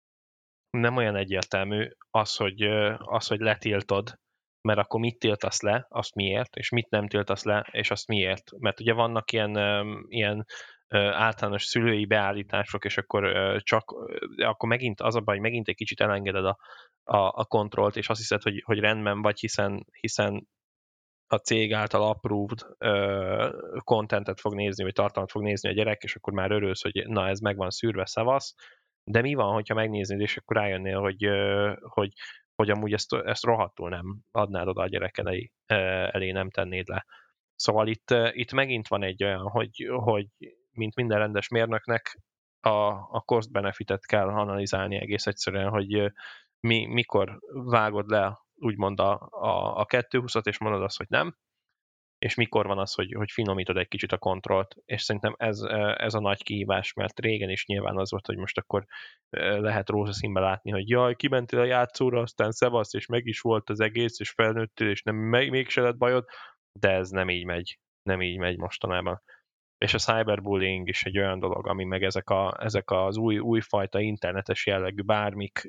nem olyan egyértelmű az, hogy, az, hogy letiltod, mert akkor mit tiltasz le, azt miért, és mit nem tiltasz le, és azt miért. Mert ugye vannak ilyen, ilyen általános szülői beállítások, és akkor csak, akkor megint az a baj, hogy megint egy kicsit elengeded a, a, a kontrollt, és azt hiszed, hogy, hogy rendben vagy, hiszen, hiszen a cég által approved uh, contentet fog nézni, vagy tartalmat fog nézni a gyerek, és akkor már örülsz, hogy na, ez meg van szűrve, szavasz. De mi van, hogyha megnéznéd, és akkor rájönnél, hogy, uh, hogy, hogy amúgy ezt, ezt rohadtul nem adnád oda a gyerek elé, uh, elé nem tennéd le. Szóval itt, uh, itt megint van egy olyan, hogy, hogy mint minden rendes mérnöknek a, a cost-benefitet kell analizálni egész egyszerűen, hogy uh, mi, mikor vágod le úgymond a, a, a kettőhúszat, és mondod azt, hogy nem, és mikor van az, hogy, hogy finomítod egy kicsit a kontrollt, és szerintem ez, ez a nagy kihívás, mert régen is nyilván az volt, hogy most akkor lehet rózsaszínbe látni, hogy jaj, kimentél a játszóra, aztán szevasz, és meg is volt az egész, és felnőttél, és nem, mégse lett bajod, de ez nem így megy, nem így megy mostanában. És a cyberbullying is egy olyan dolog, ami meg ezek, a, ezek az új, újfajta internetes jellegű bármik,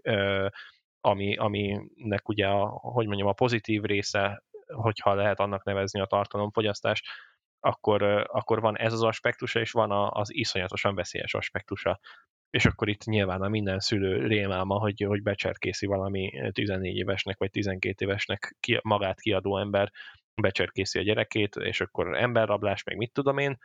ami, aminek ugye a, hogy mondjam, a pozitív része, hogyha lehet annak nevezni a tartalomfogyasztást, akkor, akkor van ez az aspektusa, és van az iszonyatosan veszélyes aspektusa. És akkor itt nyilván a minden szülő rémálma, hogy, hogy becserkészi valami tizennégy évesnek, vagy tizenkét évesnek ki, magát kiadó ember, becserkészi a gyerekét, és akkor emberrablás, meg mit tudom én,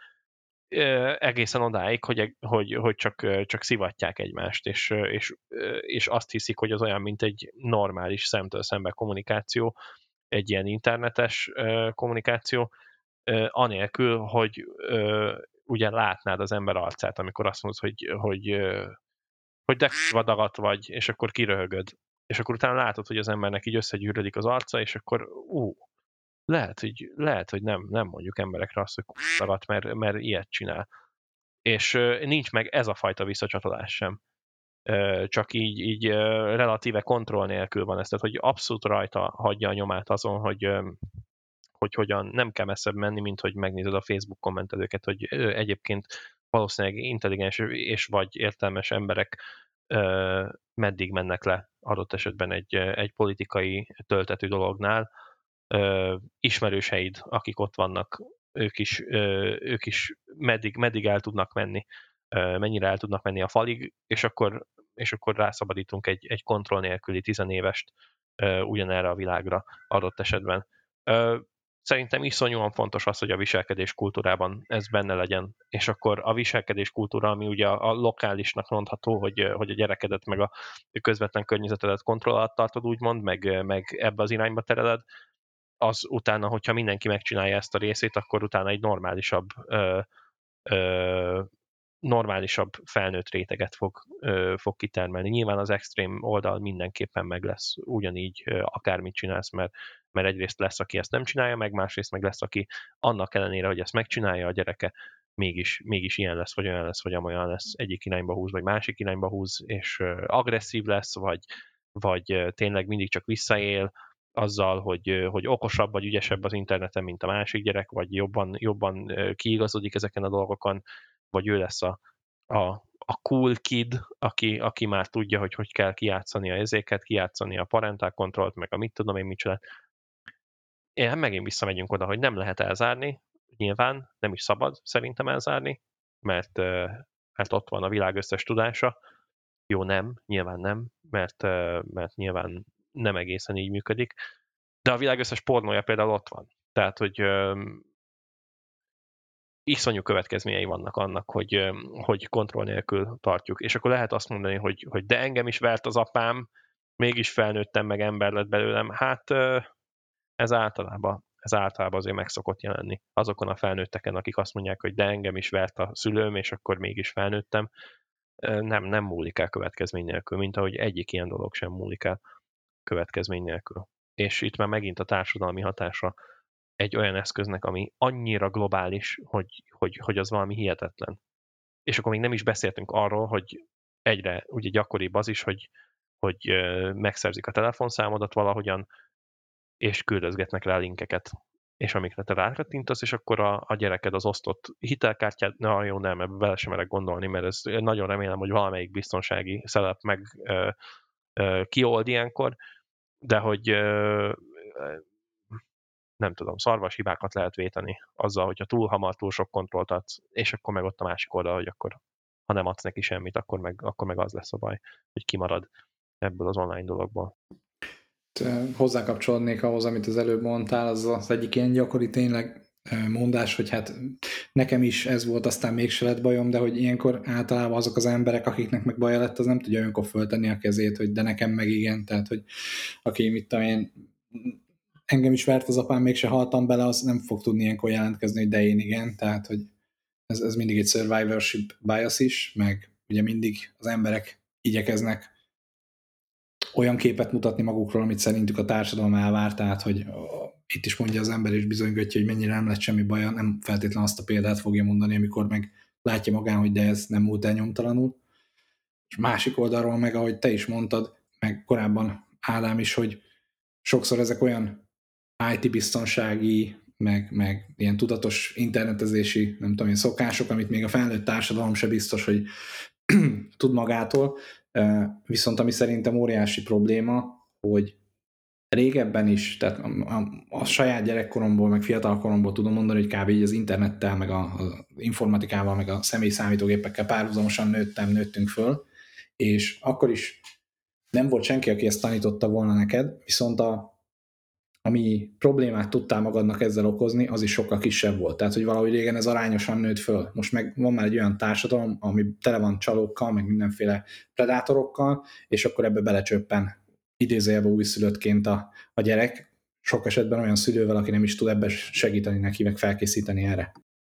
egészen odáig, hogy, hogy, hogy csak, csak szivatják egymást, és, és, és azt hiszik, hogy az olyan, mint egy normális szemtől szembe kommunikáció, egy ilyen internetes kommunikáció, anélkül, hogy ugye látnád az ember arcát, amikor azt mondod, hogy, hogy, hogy de vadagat vagy, és akkor kiröhögöd. És akkor utána látod, hogy az embernek így összegyűrödik az arca, és akkor ú, lehet, hogy, lehet, hogy nem, nem mondjuk emberekre azt, hogy k***agat, mert, mert ilyet csinál. És uh, nincs meg ez a fajta visszacsatolás sem. Uh, csak így, így uh, relatíve kontroll nélkül van ez, tehát hogy abszolút rajta hagyja a nyomát azon, hogy, um, hogy hogyan nem kell messzebb menni, mint hogy megnézed a Facebook kommentelőket, hogy uh, egyébként valószínűleg intelligens és vagy értelmes emberek uh, meddig mennek le adott esetben egy, egy politikai töltetű dolognál, Uh, ismerőseid, akik ott vannak, ők is, uh, ők is meddig, meddig el tudnak menni, uh, mennyire el tudnak menni a falig, és akkor, és akkor rászabadítunk egy, egy kontroll nélküli tizenévest uh, ugyanerre a világra adott esetben. Uh, szerintem iszonyúan fontos az, hogy a viselkedés kultúrában ez benne legyen, és akkor a viselkedés kultúra, ami ugye a, a lokálisnak mondható, hogy, hogy a gyerekedet meg a közvetlen környezetedet kontroll alatt tartod, úgymond, meg, meg ebbe az irányba tereled, az utána, hogyha mindenki megcsinálja ezt a részét, akkor utána egy normálisabb ö, ö, normálisabb felnőtt réteget fog, ö, fog kitermelni. Nyilván az extrém oldal mindenképpen meg lesz ugyanígy, ö, akármit csinálsz, mert, mert egyrészt lesz, aki ezt nem csinálja, meg másrészt meg lesz, aki annak ellenére, hogy ezt megcsinálja a gyereke, mégis, mégis ilyen lesz, vagy olyan lesz, vagy amolyan lesz, egyik irányba húz, vagy másik irányba húz, és ö, agresszív lesz, vagy, vagy ö, tényleg mindig csak visszaél, azzal, hogy, hogy okosabb vagy ügyesebb az interneten, mint a másik gyerek, vagy jobban, jobban kiigazodik ezeken a dolgokon, vagy ő lesz a, a, a cool kid, aki, aki már tudja, hogy hogy kell kijátszani a ezéket, kijátszani a parental controlt, meg a mit tudom én micsoda. Én megint visszamegyünk oda, hogy nem lehet elzárni, nyilván nem is szabad szerintem elzárni, mert, mert ott van a világ összes tudása. Jó, nem, nyilván nem, mert, mert nyilván nem egészen így működik. De a világ összes pornója például ott van. Tehát, hogy um, iszonyú következményei vannak annak, hogy, um, hogy kontroll nélkül tartjuk. És akkor lehet azt mondani, hogy, hogy de engem is vert az apám, mégis felnőttem, meg ember lett belőlem. Hát uh, ez általában, ez általában azért meg szokott jelenni. Azokon a felnőtteken, akik azt mondják, hogy de engem is vert a szülőm, és akkor mégis felnőttem. Uh, nem, nem múlik el következmény nélkül, mint ahogy egyik ilyen dolog sem múlik el következmény nélkül. És itt már megint a társadalmi hatása egy olyan eszköznek, ami annyira globális, hogy, hogy, hogy az valami hihetetlen. És akkor még nem is beszéltünk arról, hogy egyre ugye gyakoribb az is, hogy, hogy megszerzik a telefonszámodat valahogyan, és küldözgetnek rá linkeket. És amikre te rákattintasz, és akkor a, a gyereked az osztott hitelkártyát, na jó, nem, ebbe bele sem merek gondolni, mert ez nagyon remélem, hogy valamelyik biztonsági szelep meg ö, ö, kiold ilyenkor, de hogy ö, nem tudom, szarvas hibákat lehet véteni azzal, hogyha túl hamar, túl sok kontrollt adsz, és akkor meg ott a másik oldal, hogy akkor ha nem adsz neki semmit, akkor meg, akkor meg az lesz a baj, hogy kimarad ebből az online dologból. Hozzákapcsolódnék ahhoz, amit az előbb mondtál, az az egyik ilyen gyakori tényleg mondás, hogy hát nekem is ez volt, aztán mégse lett bajom, de hogy ilyenkor általában azok az emberek, akiknek meg baja lett, az nem tudja olyankor föltenni a kezét, hogy de nekem meg igen, tehát hogy aki mit tudom én, engem is vert az apám, mégse haltam bele, az nem fog tudni ilyenkor jelentkezni, hogy de én igen, tehát hogy ez, ez mindig egy survivorship bias is, meg ugye mindig az emberek igyekeznek olyan képet mutatni magukról, amit szerintük a társadalom elvár, tehát hogy itt is mondja az ember, és bizonygatja, hogy mennyire nem lett semmi baja, nem feltétlenül azt a példát fogja mondani, amikor meg látja magán, hogy de ez nem múlt el nyomtalanul. És másik oldalról meg, ahogy te is mondtad, meg korábban Ádám is, hogy sokszor ezek olyan í té-biztonsági, meg, meg ilyen tudatos internetezési, nem tudom én, szokások, amit még a felnőtt társadalom se biztos, hogy tud magától, viszont ami szerintem óriási probléma, hogy régebben is, tehát a, a, a saját gyerekkoromból, meg fiatalkoromból tudom mondani, hogy kb. Így az internettel, meg a, az informatikával, meg a személyi számítógépekkel párhuzamosan nőttem, nőttünk föl, és akkor is nem volt senki, aki ezt tanította volna neked, viszont a ami problémát tudtál magadnak ezzel okozni, az is sokkal kisebb volt. Tehát, hogy valahogy régen ez arányosan nőtt föl. Most meg van már egy olyan társadalom, ami tele van csalókkal, meg mindenféle predátorokkal, és akkor ebbe belecsöppen idézőjelben újszülöttként a, a gyerek. Sok esetben olyan szülővel, aki nem is tud ebbe segíteni neki, meg felkészíteni erre.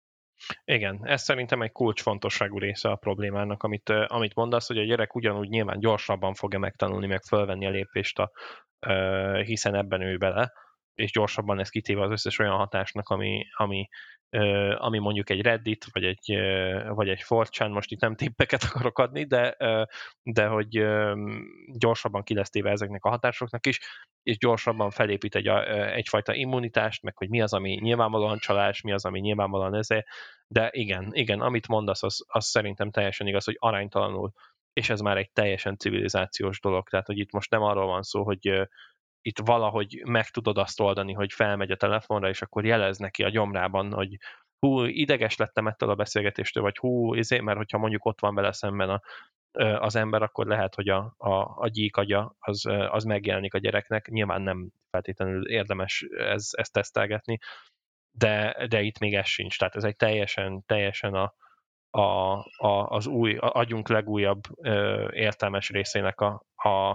Igen, ez szerintem egy kulcsfontosságú része a problémának, amit, amit mondasz, hogy a gyerek ugyanúgy nyilván gyorsabban fogja megtanulni, meg fölvenni a lépést, a, hiszen ebben ő bele, és gyorsabban lesz kitéve az összes olyan hatásnak, ami, ami, ami mondjuk egy Reddit, vagy egy, vagy egy four chan, most itt nem tippeket akarok adni, de, de hogy gyorsabban ki lesz téve ezeknek a hatásoknak is, és gyorsabban felépít egy, egyfajta immunitást, meg hogy mi az, ami nyilvánvalóan csalás, mi az, ami nyilvánvalóan ezért, de igen, igen, amit mondasz, az, az szerintem teljesen igaz, hogy aránytalanul, és ez már egy teljesen civilizációs dolog, tehát hogy itt most nem arról van szó, hogy uh, itt valahogy meg tudod azt oldani, hogy felmegy a telefonra, és akkor jelez neki a gyomrában, hogy hú, ideges lettem ettől a beszélgetéstől, vagy hú, ezért, mert hogyha mondjuk ott van vele szemben a, uh, az ember, akkor lehet, hogy a, a, a gyíkagya az, uh, az megjelenik a gyereknek, nyilván nem feltétlenül érdemes ez, ezt tesztelgetni, de, de itt még ez sincs, tehát ez egy teljesen, teljesen a A, a, az új, a agyunk legújabb ö, értelmes részének a, a,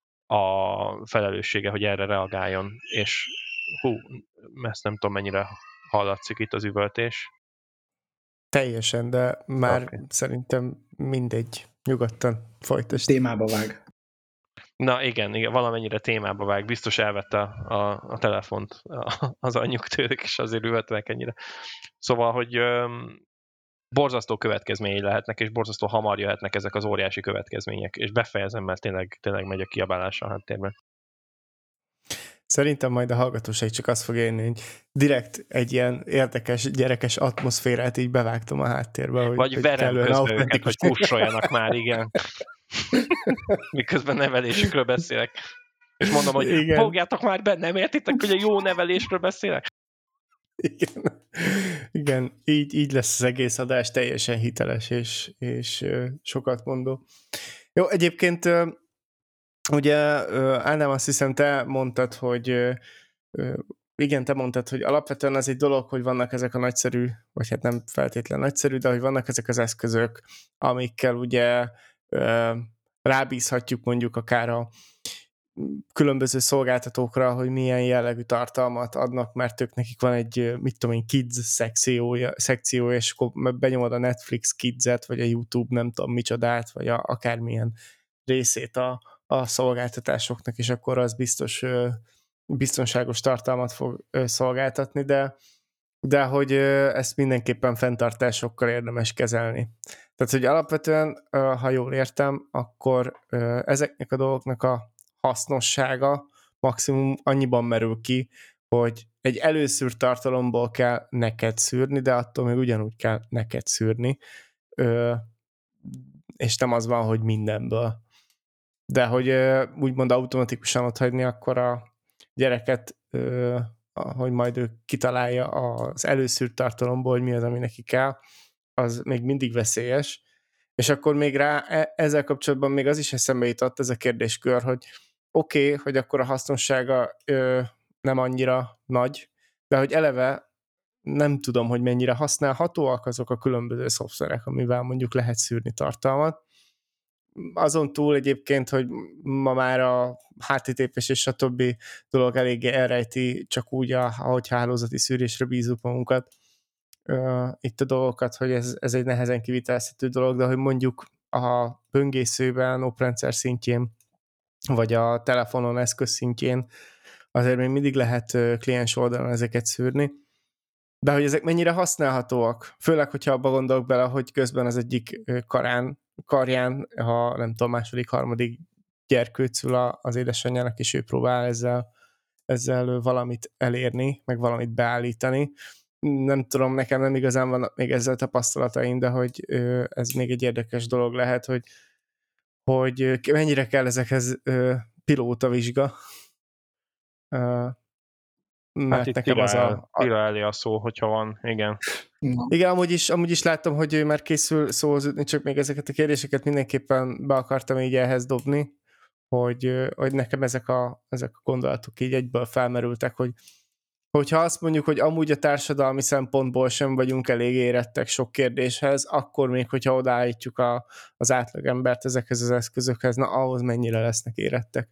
a felelőssége, hogy erre reagáljon, és hú, ezt nem tudom mennyire hallatszik itt az üvöltés. Teljesen, de már Okay. Szerintem mindegy, nyugodtan folytasd. Témába vág. Na igen, igen, valamennyire témába vág, biztos elvette a, a, a telefont a, az anyjuk tőlük, és azért üvöltnek ennyire. Szóval, hogy öm, borzasztó következményei lehetnek, és borzasztó hamar jöhetnek ezek az óriási következmények, és befejezem, mert tényleg, tényleg megy a kiabálás a háttérben. Szerintem majd a hallgatóság csak azt fogja élni, hogy direkt egy ilyen érdekes, gyerekes atmoszférát így bevágtam a háttérbe. Hogy, Vagy hogy verem közben őket, hogy kussoljanak már, igen. Miközben nevelésükről beszélek. És mondom, hogy igen. Fogjátok már be, nem értitek, hogy a jó nevelésről beszélek? Igen, igen. Így, így lesz az egész adás teljesen hiteles és, és sokat mondó. Jó, egyébként ugye Ádám, azt hiszem te mondtad, hogy igen, te mondtad, hogy alapvetően az egy dolog, hogy vannak ezek a nagyszerű, vagy hát nem feltétlen nagyszerű, de hogy vannak ezek az eszközök, amikkel ugye rábízhatjuk mondjuk akár a különböző szolgáltatókra, hogy milyen jellegű tartalmat adnak, mert ők nekik van egy, mit tudom én, Kids szekciója, szekció, és akkor benyomod a Netflix Kids-et, vagy a YouTube nem tudom micsodát, vagy a, akármilyen részét a, a szolgáltatásoknak, és akkor az biztos biztonságos tartalmat fog szolgáltatni, de, de hogy ezt mindenképpen fenntartásokkal érdemes kezelni. Tehát, hogy alapvetően, ha jól értem, akkor ezeknek a dolgoknak a hasznossága maximum annyiban merül ki, hogy egy előszűrt tartalomból kell neked szűrni, de attól még ugyanúgy kell neked szűrni, és nem az van, hogy mindenből. De hogy úgymond automatikusan ott hagyni, akkor a gyereket, hogy majd ő kitalálja az előszűrt tartalomból, hogy mi az, ami neki kell, az még mindig veszélyes. És akkor még rá ezzel kapcsolatban még az is eszembe jutott, ez a kérdéskör, hogy oké, okay, hogy akkor a hasznossága ö, nem annyira nagy, de hogy eleve nem tudom, hogy mennyire használhatóak azok a különböző szoftverek, amivel mondjuk lehet szűrni tartalmat. Azon túl egyébként, hogy ma már a há té té pés és a többi dolog eléggé elrejti, csak úgy, ahogy hálózati szűrésre bízunk magunkat uh, itt a dolgokat, hogy ez, ez egy nehezen kivitelezhető dolog, de hogy mondjuk a böngészőben, oprendszer szintjén, vagy a telefonon eszköz szintjén azért még mindig lehet uh, kliens oldalon ezeket szűrni. De hogy ezek mennyire használhatóak? Főleg, hogyha abba gondolok bele, hogy közben az egyik karán, karján, ha nem tudom, második, harmadik gyerkőt szül az édesanyjának, és ő próbál ezzel, ezzel valamit elérni, meg valamit beállítani. Nem tudom, nekem nem igazán van még ezzel tapasztalataim, de hogy ez még egy érdekes dolog lehet, hogy, hogy mennyire kell ezekhez pilótavizsga. Mert hát itt nekem az a... Tira elé a szó, hogyha van, igen. Igen, amúgy is, amúgy is láttam, hogy ő már készül szóződni, csak még ezeket a kérdéseket mindenképpen be akartam így ehhez dobni, hogy, hogy nekem ezek a, ezek a gondolatok így egyből felmerültek, hogy hogyha azt mondjuk, hogy amúgy a társadalmi szempontból sem vagyunk elég érettek sok kérdéshez, akkor még, hogyha odaállítjuk a, az átlagembert ezekhez az eszközökhez, na ahhoz mennyire lesznek érettek.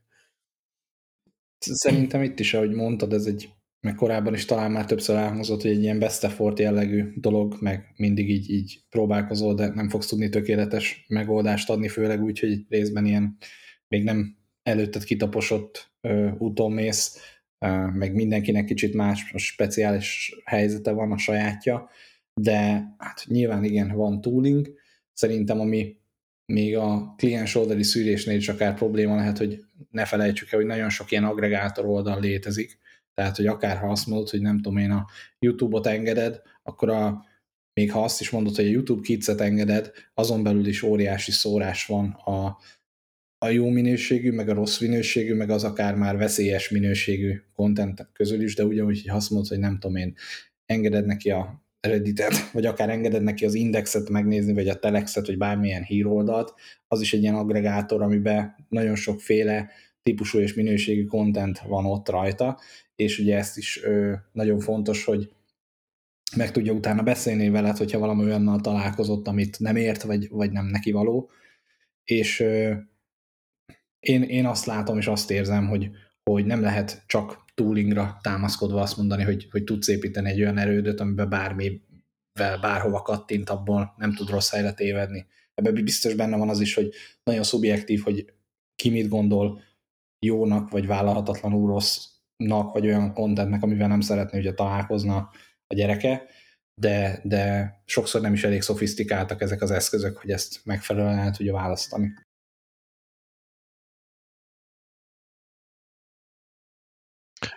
Szerintem itt is, ahogy mondtad, ez egy, meg korábban is talán már többször elhangzott, hogy egy ilyen best effort jellegű dolog, meg mindig így, így próbálkozol, de nem fogsz tudni tökéletes megoldást adni, főleg úgy, hogy részben ilyen még nem előtted kitaposott ö, úton mész, ö, meg mindenkinek kicsit más, speciális helyzete van, a sajátja, de hát nyilván igen, van tooling. Szerintem ami még a kliens oldali szűrésnél is akár probléma lehet, hogy ne felejtsük el, hogy nagyon sok ilyen aggregátor oldal létezik, tehát, hogy akár ha azt mondod, hogy nem tudom én a YouTube-ot engeded, akkor a, még ha azt is mondod, hogy a YouTube Kids-et engeded, azon belül is óriási szórás van a, a jó minőségű, meg a rossz minőségű, meg az akár már veszélyes minőségű content közül is, de ugyanúgy, hogy azt mondod, hogy nem tudom én, engeded neki a Redditet, vagy akár engeded neki az Indexet megnézni, vagy a Telexet, vagy bármilyen híroldalt, az is egy ilyen aggregátor, amiben nagyon sokféle típusú és minőségű content van ott rajta, és ugye ezt is ö, nagyon fontos, hogy meg tudja utána beszélni veled, hogyha valami olyannal találkozott, amit nem ért, vagy, vagy nem neki való. És ö, én, én azt látom, és azt érzem, hogy, hogy nem lehet csak toolingra támaszkodva azt mondani, hogy, hogy tudsz építeni egy olyan erődöt, amiben bármivel, bárhova kattint, abból nem tud rossz helyre tévedni. Ebben biztos benne van az is, hogy nagyon szubjektív, hogy ki mit gondol jónak, vagy vállalhatatlanul rossznak, vagy olyan contentnek, amivel nem szeretné, hogy találkozna a gyereke, de, de sokszor nem is elég szofisztikáltak ezek az eszközök, hogy ezt megfelelően el tudja választani.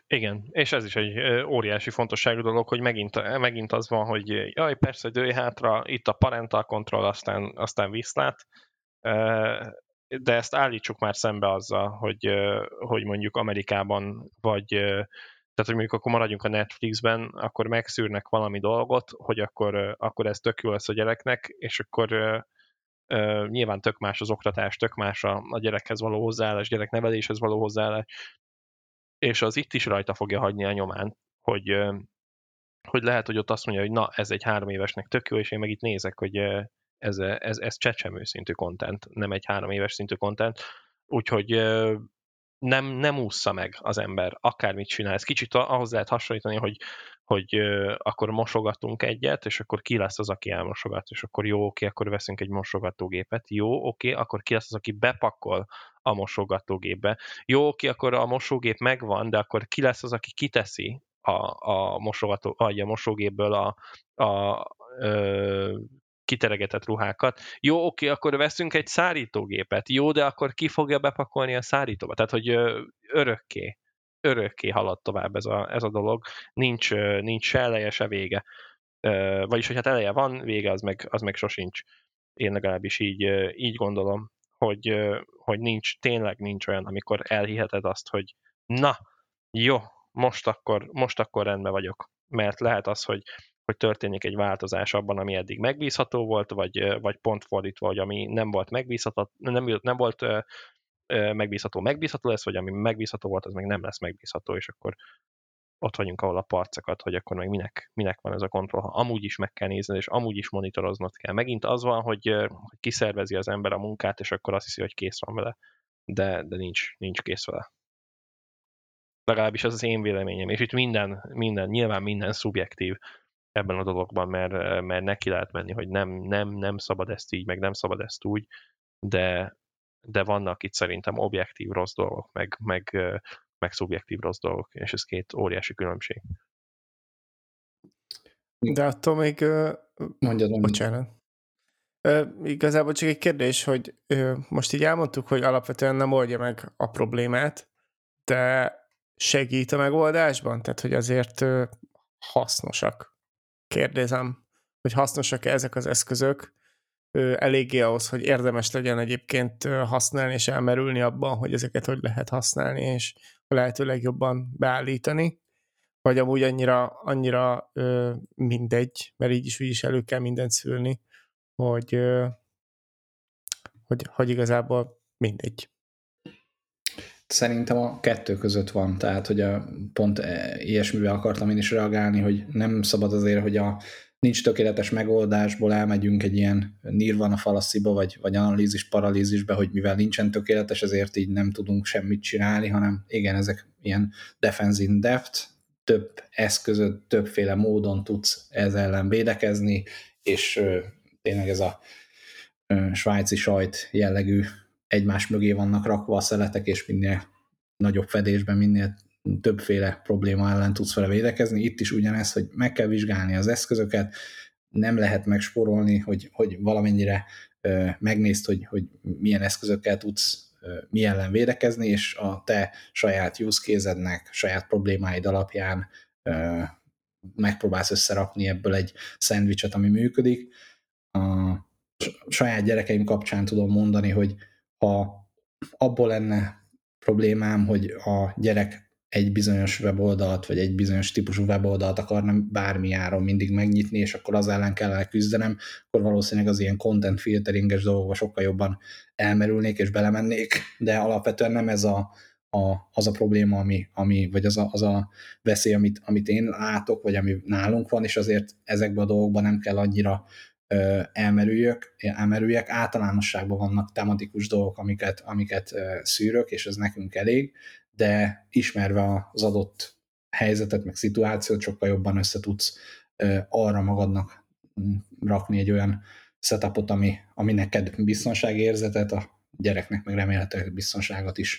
Igen, és ez is egy óriási fontosságú dolog, hogy megint, megint az van, hogy jaj, persze, dőj hátra, itt a parental control, aztán, aztán viszlát, de ezt állítsuk már szembe azzal, hogy, hogy mondjuk Amerikában, vagy tehát, hogy mondjuk akkor maradjunk a Netflixben, akkor megszűrnek valami dolgot, hogy akkor, akkor ez tök jó lesz a gyereknek, és akkor nyilván tök más az oktatás, tök más a, a gyerekhez való hozzáállás, gyerekneveléshez való hozzáállás, és az itt is rajta fogja hagyni a nyomán, hogy, hogy lehet, hogy ott azt mondja, hogy na, ez egy három évesnek tök jó, és én meg itt nézek, hogy ez, ez, ez csecsemő szintű content, nem egy három éves szintű content, úgyhogy nem, nem ússza meg az ember, akármit csinál. Ez kicsit ahhoz lehet hasonlítani, hogy, hogy akkor mosogatunk egyet, és akkor ki lesz az, aki elmosogat, és akkor jó, oké, akkor veszünk egy mosogatógépet. Jó, oké, akkor ki lesz az, aki bepakol a mosogatógépbe. Jó, oké, akkor a mosógép megvan, de akkor ki lesz az, aki kiteszi a, a, mosogató, vagy a mosógépből a, a, a kiteregetett ruhákat. Jó, oké, akkor veszünk egy szárítógépet. Jó, de akkor ki fogja bepakolni a szárítóba? Tehát, hogy örökké, örökké halad tovább ez a, ez a dolog. Nincs, nincs se eleje, se vége. Vagyis, hogy hát eleje van, vége az meg, az meg sosincs. Én legalábbis így, így gondolom, hogy, hogy nincs, tényleg nincs olyan, amikor elhiheted azt, hogy na, jó, most akkor, most akkor rendben vagyok. Mert lehet az, hogy hogy történik egy változás abban, ami eddig megbízható volt, vagy, vagy pont fordítva, hogy ami nem volt megbízható, nem, nem volt megbízható, megbízható lesz, vagy ami megbízható volt, az meg nem lesz megbízható, és akkor ott vagyunk, ahol a parcakat, hogy akkor meg minek, minek van ez a kontroll, ha amúgy is meg kell nézni, és amúgy is monitoroznod kell. Megint az van, hogy, hogy kiszervezi az ember a munkát, és akkor azt hiszi, hogy kész van vele, de, de nincs, nincs kész vele. Legalábbis az az én véleményem, és itt minden, minden, nyilván minden szubjektív ebben a dologban, mert, mert neki lehet menni, hogy nem, nem, nem szabad ezt így, meg nem szabad ezt úgy, de, de vannak itt szerintem objektív rossz dolgok, meg, meg, meg szubjektív rossz dolgok, és ez két óriási különbség. De attól még... Mondjad, mondjad. Bocsánat. Igazából csak egy kérdés, hogy most így elmondtuk, hogy alapvetően nem oldja meg a problémát, de segít a megoldásban? Tehát, hogy azért hasznosak. Kérdezem, hogy hasznosak-e ezek az eszközök eléggé ahhoz, hogy érdemes legyen egyébként használni és elmerülni abban, hogy ezeket hogy lehet használni, és a lehető legjobban beállítani, vagy amúgy annyira, annyira mindegy, mert így is úgy is elő kell mindent szülni, hogy, hogy, hogy igazából mindegy. Szerintem a kettő között van, tehát hogy a, pont ilyesmivel akartam én is reagálni, hogy nem szabad azért, hogy a nincs tökéletes megoldásból elmegyünk egy ilyen nirvana fallaciba, vagy, vagy analízis paralízisbe, hogy mivel nincsen tökéletes, ezért így nem tudunk semmit csinálni, hanem igen, ezek ilyen defense in depth, több eszközöt, többféle módon tudsz ez ellen védekezni, és ö, tényleg ez a ö, svájci sajt jellegű egymás mögé vannak rakva a szeletek, és minél nagyobb fedésben, minél többféle probléma ellen tudsz vele védekezni. Itt is ugyanez, hogy meg kell vizsgálni az eszközöket, nem lehet megspórolni, hogy, hogy valamennyire ö, megnézd, hogy, hogy milyen eszközökkel tudsz ö, mi ellen védekezni, és a te saját use case-ednek, saját problémáid alapján ö, megpróbálsz összerakni ebből egy szendvicset, ami működik. A saját gyerekeim kapcsán tudom mondani, hogy ha abból lenne problémám, hogy a gyerek egy bizonyos weboldalt, vagy egy bizonyos típusú weboldalt akarna bármi áron mindig megnyitni, és akkor az ellen kellene küzdenem, akkor valószínűleg az ilyen content filteringes dolgokba sokkal jobban elmerülnék és belemennék, de alapvetően nem ez a, a, az a probléma, ami, ami, vagy az a, az a veszély, amit, amit én látok, vagy ami nálunk van, és azért ezekben a dolgokban nem kell annyira elmerüljek, elmerüljek. Általánosságban vannak tematikus dolgok, amiket, amiket szűrök, és ez nekünk elég, de ismerve az adott helyzetet, meg szituációt sokkal jobban össze tudsz arra magadnak rakni egy olyan setupot, ami, ami neked biztonságérzetet, a gyereknek meg remélhetőleg biztonságot is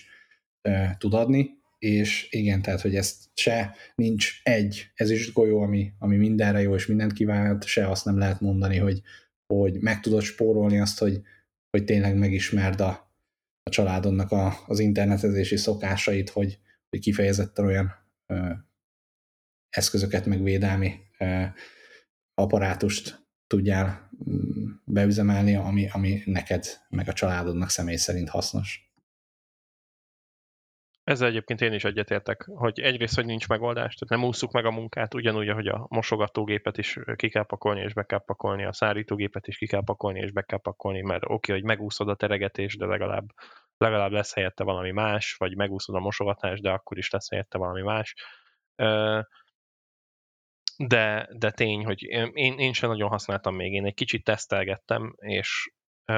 tud adni, és igen, tehát, hogy ezt se nincs egy ezüstgolyó, ami, ami mindenre jó, és mindent kívánt, se azt nem lehet mondani, hogy, hogy meg tudod spórolni azt, hogy, hogy tényleg megismerd a, a családodnak a, az internetezési szokásait, hogy, hogy kifejezetten olyan eszközöket, meg védelmi apparátust tudjál beüzemelni, ami, ami neked, meg a családodnak személy szerint hasznos. Ezzel egyébként én is egyetértek, hogy egyrészt, hogy nincs megoldás, tehát nem ússzuk meg a munkát, ugyanúgy, ahogy a mosogatógépet is ki kell pakolni, és be kell pakolni, a szárítógépet is ki kell pakolni, és be kell pakolni, mert oké, okay, hogy megúszod a teregetés, de legalább, legalább lesz helyette valami más, vagy megúszod a mosogatást, de akkor is lesz helyette valami más. De, de tény, hogy én, én sem nagyon használtam még, én egy kicsit tesztelgettem, és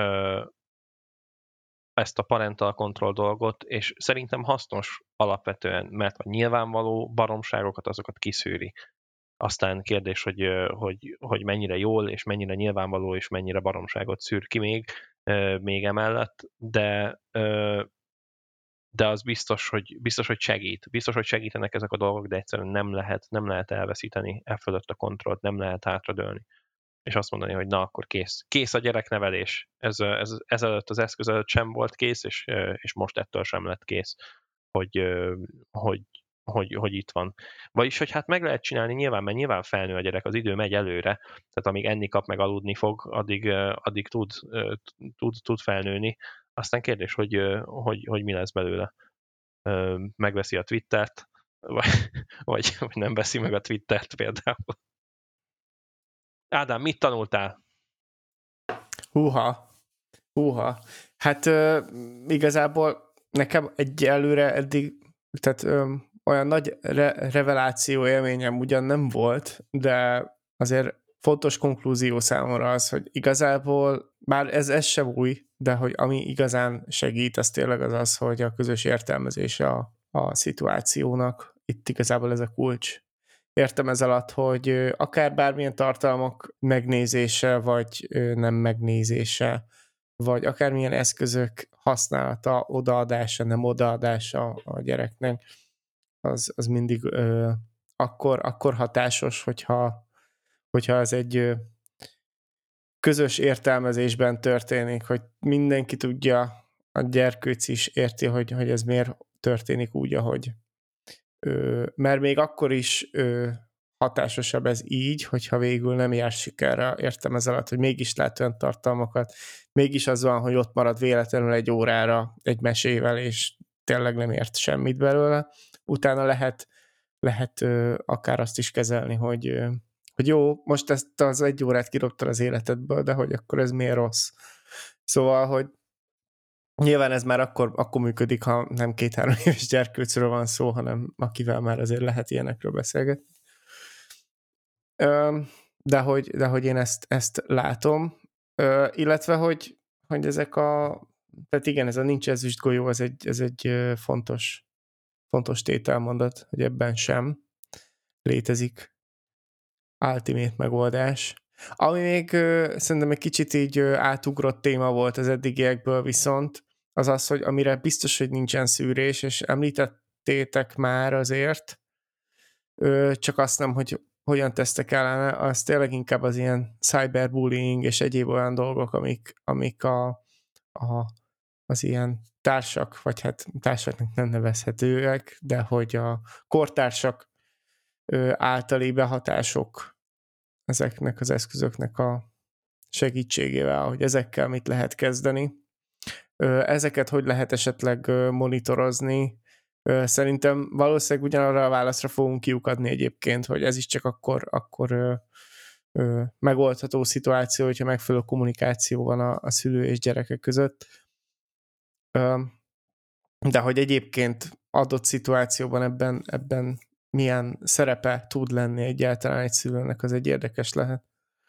ezt a parental control dolgot, és szerintem hasznos alapvetően, mert a nyilvánvaló baromságokat azokat kiszűri. Aztán kérdés, hogy, hogy, hogy mennyire jól, és mennyire nyilvánvaló, és mennyire baromságot szűr ki még, még emellett, de, de az biztos, hogy, biztos, hogy segít. Biztos, hogy segítenek ezek a dolgok, de egyszerűen nem lehet, nem lehet elveszíteni e fölött a kontrollt, nem lehet hátradőlni. És azt mondani, hogy na, akkor kész. Kész a gyereknevelés. Ez, ez, ezelőtt az eszköz előtt sem volt kész, és, és most ettől sem lett kész, hogy, hogy, hogy, hogy itt van. Vagyis, hogy hát meg lehet csinálni nyilván, mert nyilván felnő a gyerek, az idő megy előre, tehát amíg enni kap, meg aludni fog, addig, addig tud, tud, tud felnőni. Aztán kérdés, hogy, hogy, hogy mi lesz belőle. Megveszi a Twittert, vagy, vagy nem veszi meg a Twittert például. Ádám, mit tanultál? Húha, húha. Hát ö, igazából nekem egyelőre eddig, tehát ö, olyan nagy re- reveláció élményem ugyan nem volt, de azért fontos konklúzió számomra az, hogy igazából, már ez, ez sem új, de hogy ami igazán segít, az tényleg az az, hogy a közös értelmezése a, a szituációnak, itt igazából ez a kulcs. Értem ez alatt, hogy akár bármilyen tartalmak megnézése, vagy nem megnézése, vagy akármilyen eszközök használata, odaadása, nem odaadása a gyereknek, az, az mindig ö, akkor, akkor hatásos, hogyha, hogyha ez egy ö, közös értelmezésben történik, hogy mindenki tudja, a gyerkőc is érti, hogy, hogy ez miért történik úgy, ahogy Ö, mert még akkor is ö, hatásosabb ez így, hogyha végül nem jár sikerre, értem ez alatt, hogy mégis lát olyan tartalmakat, mégis az van, hogy ott marad véletlenül egy órára egy mesével, és tényleg nem ért semmit belőle. Utána lehet, lehet ö, akár azt is kezelni, hogy, ö, hogy jó, most ezt az egy órát kirobtad az életedből, de hogy akkor ez miért rossz. Szóval, hogy nyilván ez már akkor, akkor működik, ha nem két-három éves gyerkőcről van szó, hanem akivel már azért lehet ilyenekről beszélgetni. De hogy, de hogy én ezt, ezt látom, illetve hogy, hogy ezek a, tehát igen, ez a nincs ezüst golyó, ez egy, ez egy fontos, fontos tételmondat, hogy ebben sem létezik ultimate megoldás. Ami még szerintem egy kicsit így átugrott téma volt az eddigiekből viszont, az az, hogy amire biztos, hogy nincsen szűrés, és említettétek már azért, csak azt nem, hogy hogyan tesztek ellene, az tényleg inkább az ilyen cyberbullying és egyéb olyan dolgok, amik, amik a, a, az ilyen társak, vagy hát társaknak nem nevezhetőek, de hogy a kortársak általi behatások ezeknek az eszközöknek a segítségével, hogy ezekkel mit lehet kezdeni. Ezeket hogy lehet esetleg monitorozni? Szerintem valószínűleg ugyanarra a válaszra fogunk kiukadni egyébként, hogy ez is csak akkor, akkor megoldható szituáció, hogyha megfelelő kommunikáció van a, a szülő és gyerekek között. De hogy egyébként adott szituációban ebben, ebben milyen szerepe tud lenni egyáltalán egy szülőnek, az egy érdekes lehet.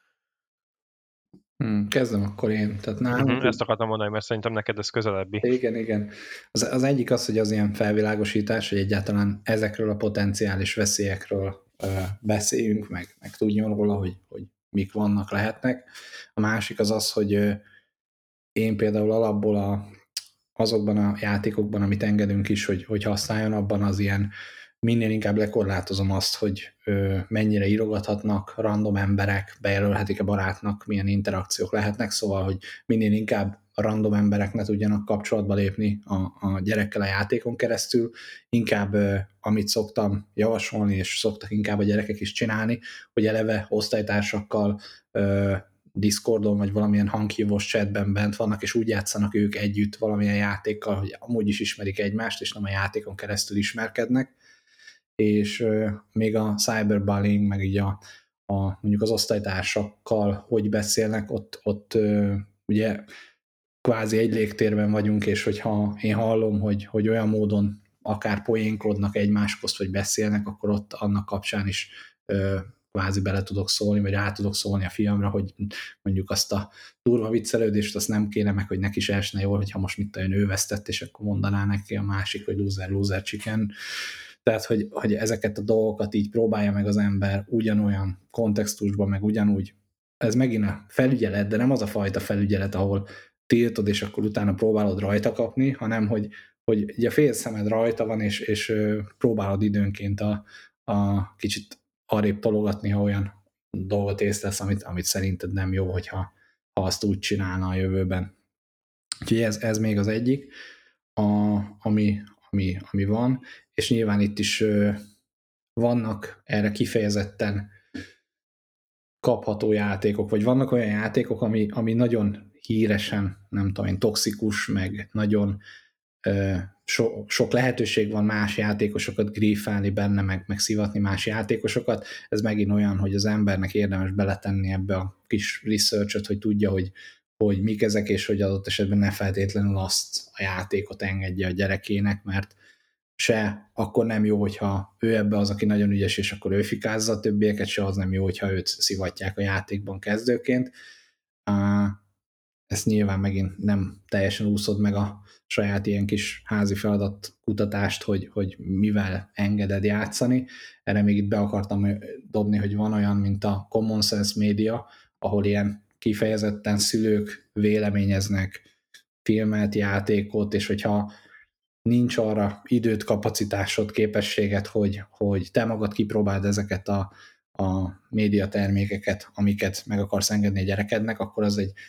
Hmm, kezdem akkor én. Tehát nálunk... uh-huh, ezt akartam mondani, mert szerintem neked ez közelebbi. Igen, igen. Az, az egyik az, hogy az ilyen felvilágosítás, hogy egyáltalán ezekről a potenciális veszélyekről ö, beszéljünk, meg, meg tudjon róla, hogy, hogy mik vannak, lehetnek. A másik az az, hogy ö, én például alapból a, azokban a játékokban, amit engedünk is, hogy, hogy használjon, abban az ilyen minél inkább lekorlátozom azt, hogy ö, mennyire írogathatnak random emberek, bejelölhetik a barátnak, milyen interakciók lehetnek, szóval, hogy minél inkább random emberek ne tudjanak kapcsolatba lépni a, a gyerekkel a játékon keresztül, inkább amit szoktam javasolni, és szoktak inkább a gyerekek is csinálni, hogy eleve osztálytársakkal Discordon, vagy valamilyen hanghívós chatben bent vannak, és úgy játszanak ők együtt valamilyen játékkal, hogy amúgy is ismerik egymást, és nem a játékon keresztül ismerkednek, és még a cyberbullying, meg így a, a mondjuk az osztálytársakkal hogy beszélnek, ott, ott ugye kvázi egy légtérben vagyunk, és hogyha én hallom, hogy, hogy olyan módon akár poénkodnak egymás közt, vagy beszélnek, akkor ott annak kapcsán is kvázi bele tudok szólni, vagy rá tudok szólni a fiamra, hogy mondjuk azt a durva viccelődést azt nem kéne meg, hogy neki is esne jól, hogyha most mit olyan ő vesztett, és akkor mondaná neki a másik, hogy loser, loser chicken. Tehát, hogy, hogy ezeket a dolgokat így próbálja meg az ember ugyanolyan kontextusban, meg ugyanúgy. Ez megint a felügyelet, de nem az a fajta felügyelet, ahol tiltod, és akkor utána próbálod rajta kapni, hanem, hogy, hogy ugye a fél szemed rajta van, és, és próbálod időnként a, a kicsit arrébb tologatni, ha olyan dolgot észlelsz, amit, amit szerinted nem jó, hogyha ha azt úgy csinálna a jövőben. Úgyhogy ez, ez még az egyik, a, ami, ami, ami van, és nyilván itt is ö, vannak erre kifejezetten kapható játékok, vagy vannak olyan játékok, ami, ami nagyon híresen, nem tudom én, toxikus, meg nagyon ö, so, sok lehetőség van más játékosokat griefálni benne, meg, meg szivatni más játékosokat. Ez megint olyan, hogy az embernek érdemes beletenni ebbe a kis research-öt, hogy tudja, hogy, hogy mik ezek, és hogy adott esetben ne feltétlenül azt a játékot engedje a gyerekének, mert se akkor nem jó, hogyha ő ebbe az, aki nagyon ügyes, és akkor ő fikázza a többieket, se az nem jó, hogyha őt szivatják a játékban kezdőként. Ezt nyilván megint nem teljesen úszod meg a saját ilyen kis házi feladat kutatást, hogy, hogy mivel engeded játszani. Erre még itt be akartam dobni, hogy van olyan, mint a Common Sense Media, ahol ilyen kifejezetten szülők véleményeznek filmet, játékot, és hogyha nincs arra időt, kapacitásod, képességet, hogy, hogy te magad kipróbáld ezeket a, a médiatermékeket, amiket meg akarsz engedni a gyerekednek, akkor az egy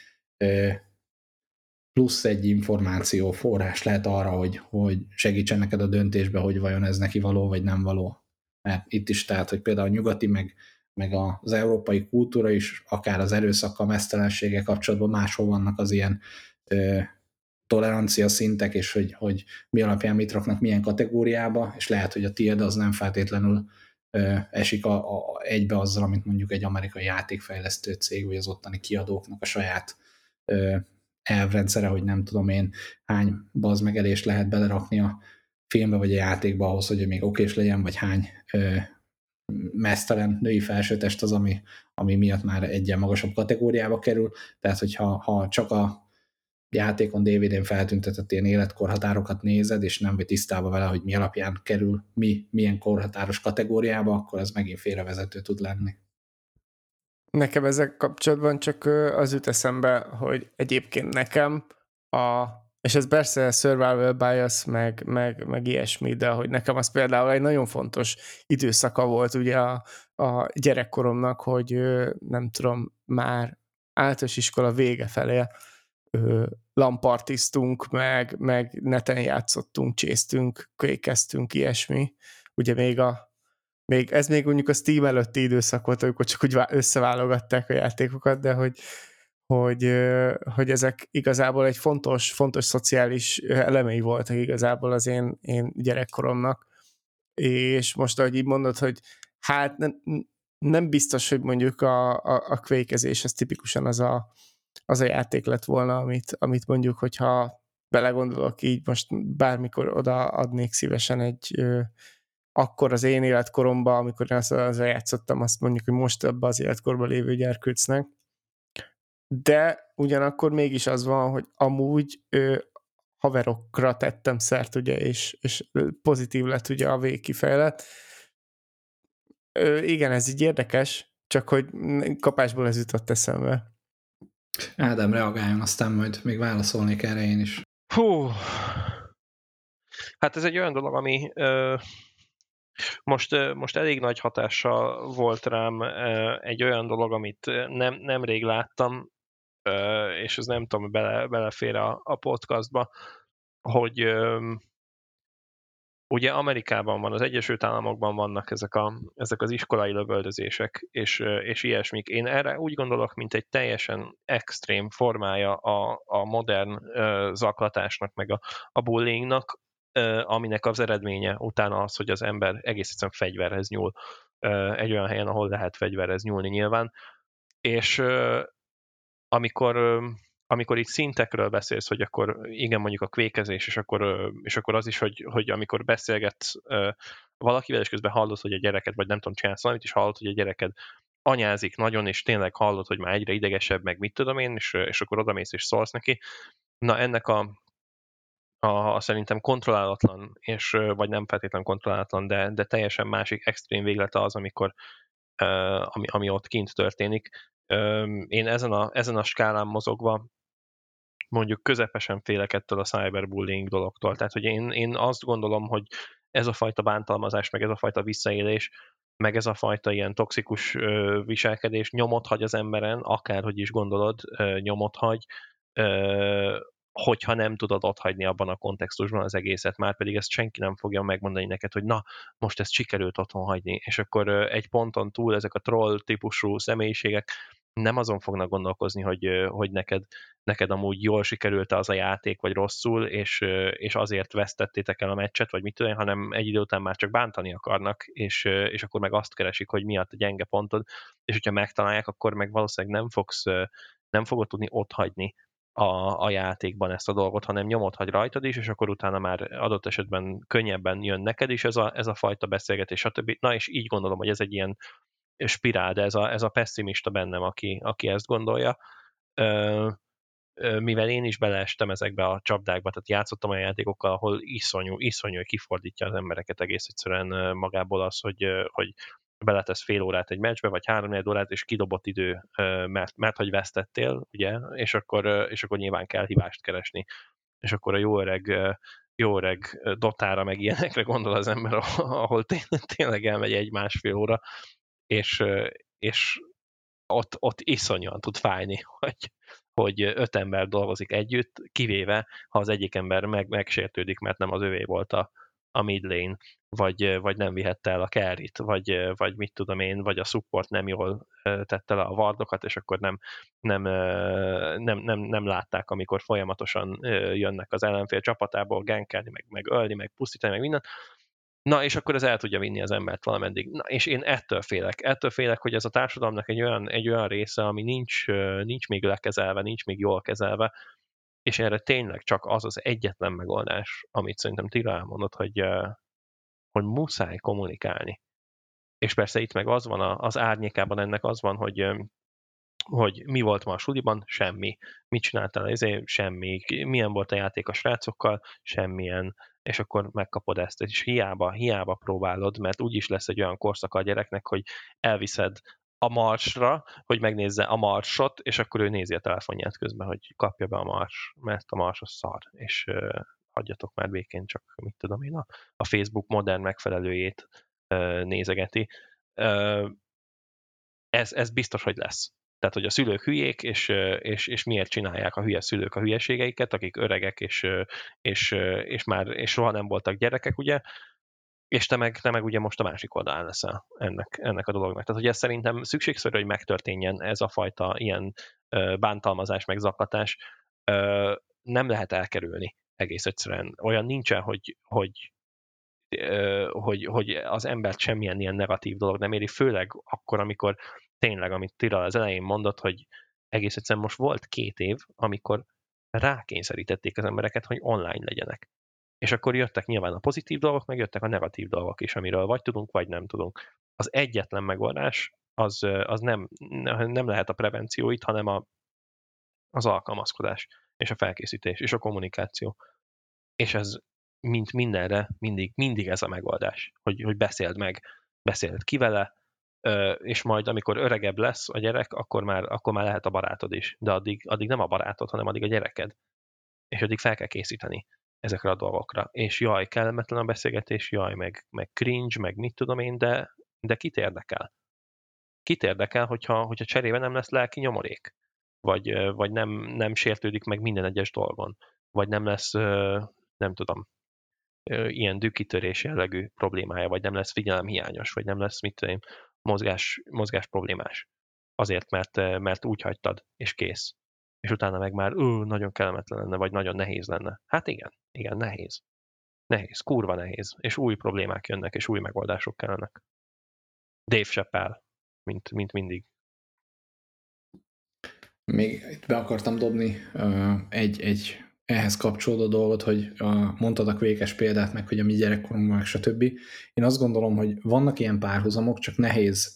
plusz egy információforrás lehet arra, hogy, hogy segítsen neked a döntésbe, hogy vajon ez neki való, vagy nem való. Mert itt is tehát, hogy például a nyugati, meg, meg az európai kultúra is, akár az erőszakkal, meztelenséggel kapcsolatban máshol vannak az ilyen ö, tolerancia szintek, és hogy, hogy mi alapján mit raknak milyen kategóriába, és lehet, hogy a tiéd az nem feltétlenül ö, esik a, a, egybe azzal, amit mondjuk egy amerikai játékfejlesztő cég, vagy az ottani kiadóknak a saját ö, elvrendszere, hogy nem tudom én hány bazmegelést lehet belerakni a filmbe vagy a játékba ahhoz, hogy még okés legyen, vagy hány ö, meztelen női felsőtest az, ami, ami miatt már egyen magasabb kategóriába kerül. Tehát, hogyha ha csak a játékon dé vé dén feltüntetett ilyen életkorhatárokat nézed, és nem vagy tisztába vele, hogy mi alapján kerül mi, milyen korhatáros kategóriába, akkor ez megint félrevezető tud lenni. Nekem ezek kapcsolatban csak az jut eszembe, hogy egyébként nekem a, és ez persze survival bias, meg, meg, meg ilyesmi, de hogy nekem az például egy nagyon fontos időszaka volt ugye a, a gyerekkoromnak, hogy nem tudom, már általános iskola vége felé lampartiztunk, meg, meg neten játszottunk, csésztünk, kékeztünk, ilyesmi. Ugye még a Még, ez még mondjuk a Steam előtti időszak volt, amikor csak úgy összeválogatták a játékokat, de hogy, hogy, hogy ezek igazából egy fontos, fontos szociális elemei voltak igazából az én, én gyerekkoromnak. És most, ahogy így mondod, hogy hát nem, nem biztos, hogy mondjuk a, a, a kvékezés az tipikusan az a, az a játék lett volna, amit, amit mondjuk, hogyha belegondolok így, most bármikor odaadnék szívesen egy akkor az én életkoromban, amikor én azt, azzal játszottam, azt mondjuk, hogy most ebben az életkorban lévő gyerkőcnek. De ugyanakkor mégis az van, hogy amúgy ö, haverokra tettem szert, ugye, és, és pozitív lett ugye a végkifejlet. Ö, igen, ez így érdekes, csak hogy kapásból ez jutott eszembe. Ádám, reagáljon, aztán majd még válaszolnék erre én is. Hú, hát ez egy olyan dolog, ami ö, most, most elég nagy hatással volt rám egy olyan dolog, amit nem, nemrég láttam, és ez nem tudom, bele, belefér a, a podcastba, hogy ugye Amerikában van, az Egyesült Államokban vannak ezek, a, ezek az iskolai lövöldözések, és, és ilyesmik. Én erre úgy gondolok, mint egy teljesen extrém formája a, a modern uh, zaklatásnak, meg a, a bullyingnak, uh, aminek az eredménye utána az, hogy az ember egész egyszerűen fegyverhez nyúl. Uh, egy olyan helyen, ahol lehet fegyverhez nyúlni nyilván. És uh, amikor... Uh, amikor itt szintekről beszélsz, hogy akkor igen, mondjuk a kvékezés, és akkor, és akkor az is, hogy, hogy amikor beszélgetsz valakivel, és közben hallod, hogy a gyereket, vagy nem tudom, csinálsz valamit, és hallod, hogy a gyereked anyázik nagyon, és tényleg hallod, hogy már egyre idegesebb, meg mit tudom én, és, és akkor odamész és szólsz neki. Na ennek a, a, a szerintem kontrollálatlan, és, vagy nem feltétlenül kontrollálatlan, de, de teljesen másik extrém véglete az, amikor ami, ami ott kint történik. Én ezen a, ezen a skálán mozogva mondjuk közepesen félek ettől a cyberbullying dologtól. Tehát, hogy én, én azt gondolom, hogy ez a fajta bántalmazás, meg ez a fajta visszaélés, meg ez a fajta ilyen toxikus ö, viselkedés nyomot hagy az emberen, akárhogy is gondolod, ö, nyomot hagy, ö, hogyha nem tudod otthagyni abban a kontextusban az egészet, már pedig ezt senki nem fogja megmondani neked, hogy na, most ezt sikerült otthon hagyni, és akkor ö, egy ponton túl ezek a troll típusú személyiségek nem azon fognak gondolkozni, hogy, hogy neked, neked amúgy jól sikerült az a játék, vagy rosszul, és, és azért vesztettétek el a meccset, vagy mit tudom, hanem egy idő után már csak bántani akarnak, és, és akkor meg azt keresik, hogy mi a gyenge pontod, és hogyha megtalálják, akkor meg valószínűleg nem fogsz, nem fogod tudni otthagyni a, a játékban ezt a dolgot, hanem nyomot hagy rajtad is, és akkor utána már adott esetben könnyebben jön neked is ez a, ez a fajta beszélgetés, stb. Na, és így gondolom, hogy ez egy ilyen spirál, de ez a, ez a pessimista bennem, aki, aki ezt gondolja. Ö, ö, mivel én is beleestem ezekbe a csapdákba, tehát játszottam olyan játékokkal, ahol iszonyú, iszonyú, hogy kifordítja az embereket egész egyszerűen magából az, hogy, hogy beletesz fél órát egy meccsbe, vagy három órát, és kidobott idő, mert, mert hogy vesztettél, ugye, és akkor, és akkor nyilván kell hívást keresni. És akkor a jó öreg, jó öreg dotára, meg ilyenekre gondol az ember, ahol tényleg elmegy egy-másfél óra, és, és ott, ott iszonyúan tud fájni, hogy, hogy öt ember dolgozik együtt, kivéve, ha az egyik ember meg, megsértődik, mert nem az övé volt a, a mid lane, vagy, vagy nem vihette el a carryt, vagy, vagy mit tudom én, vagy a support nem jól tette le a wardokat, és akkor nem, nem, nem, nem, nem látták, amikor folyamatosan jönnek az ellenfél csapatából gankelni, meg, meg ölni, meg pusztítani, meg minden. Na, és akkor ez el tudja vinni az embert valameddig. Na, és én ettől félek. Ettől félek, hogy ez a társadalomnak egy olyan, egy olyan része, ami nincs, nincs még lekezelve, nincs még jól kezelve, és erre tényleg csak az az egyetlen megoldás, amit szerintem Tira elmondott, hogy, hogy muszáj kommunikálni. És persze itt meg az van, az árnyékában ennek az van, hogy hogy mi volt ma a suliban? Semmi. Mit csináltál ezért? Semmi. Milyen volt a játék a srácokkal? Semmilyen. És akkor megkapod ezt. És hiába, hiába próbálod, mert úgyis lesz egy olyan korszaka a gyereknek, hogy elviszed a marsra, hogy megnézze a marsot, és akkor ő nézi a telefonját közben, hogy kapja be a mars, mert a mars az szar, és uh, hagyjatok már békén, csak mit tudom én, a, a Facebook modern megfelelőjét uh, nézegeti. Uh, ez, ez biztos, hogy lesz. Tehát, hogy a szülők hülyék, és, és, és miért csinálják a hülye szülők a hülyeségeiket, akik öregek, és, és, és már és soha nem voltak gyerekek, ugye, és te meg, te meg ugye most a másik oldalán leszel ennek, ennek a dolognak. Tehát, hogy ez szerintem szükségszerű, hogy megtörténjen ez a fajta ilyen bántalmazás, meg zaklatás, nem lehet elkerülni egész egyszerűen. Olyan nincsen, hogy, hogy Hogy, hogy az embert semmilyen ilyen negatív dolog nem éri, főleg akkor, amikor tényleg, amit Tira az elején mondott, hogy egész egyszerűen most volt két év, amikor rákényszerítették az embereket, hogy online legyenek. És akkor jöttek nyilván a pozitív dolgok, meg jöttek a negatív dolgok is, amiről vagy tudunk, vagy nem tudunk. Az egyetlen megoldás az, az nem, nem lehet a prevenció itt, hanem a, az alkalmazkodás, és a felkészítés, és a kommunikáció. És ez mint mindenre mindig, mindig ez a megoldás, hogy, hogy beszéld meg, beszéld ki vele, és majd amikor öregebb lesz a gyerek, akkor már, akkor már lehet a barátod is, de addig, addig nem a barátod, hanem addig a gyereked, és addig fel kell készíteni ezekre a dolgokra. És jaj, kellemetlen a beszélgetés, jaj, meg, meg cringe, meg mit tudom én, de, de kit érdekel? Kit érdekel, hogyha, hogyha cserébe nem lesz lelki nyomorék? vagy, vagy nem, nem sértődik meg minden egyes dolgon, vagy nem lesz, nem tudom, ilyen dükkitörés jellegű problémája, vagy nem lesz figyelemhiányos, vagy nem lesz, mit tudom, mozgás, mozgás problémás. Azért, mert, mert úgy hagytad, és kész. És utána meg már ő, nagyon kellemetlen lenne, vagy nagyon nehéz lenne. Hát igen, igen, nehéz. Nehéz, kurva nehéz. És új problémák jönnek, és új megoldások kellenek. Dave Chappelle, mint, mint mindig. Még itt be akartam dobni uh, egy, egy ehhez kapcsolódó dolgot, hogy uh, mondtad a Quake-es példát, meg hogy a mi gyerekkorunkban, meg stb. Én azt gondolom, hogy vannak ilyen párhuzamok, csak nehéz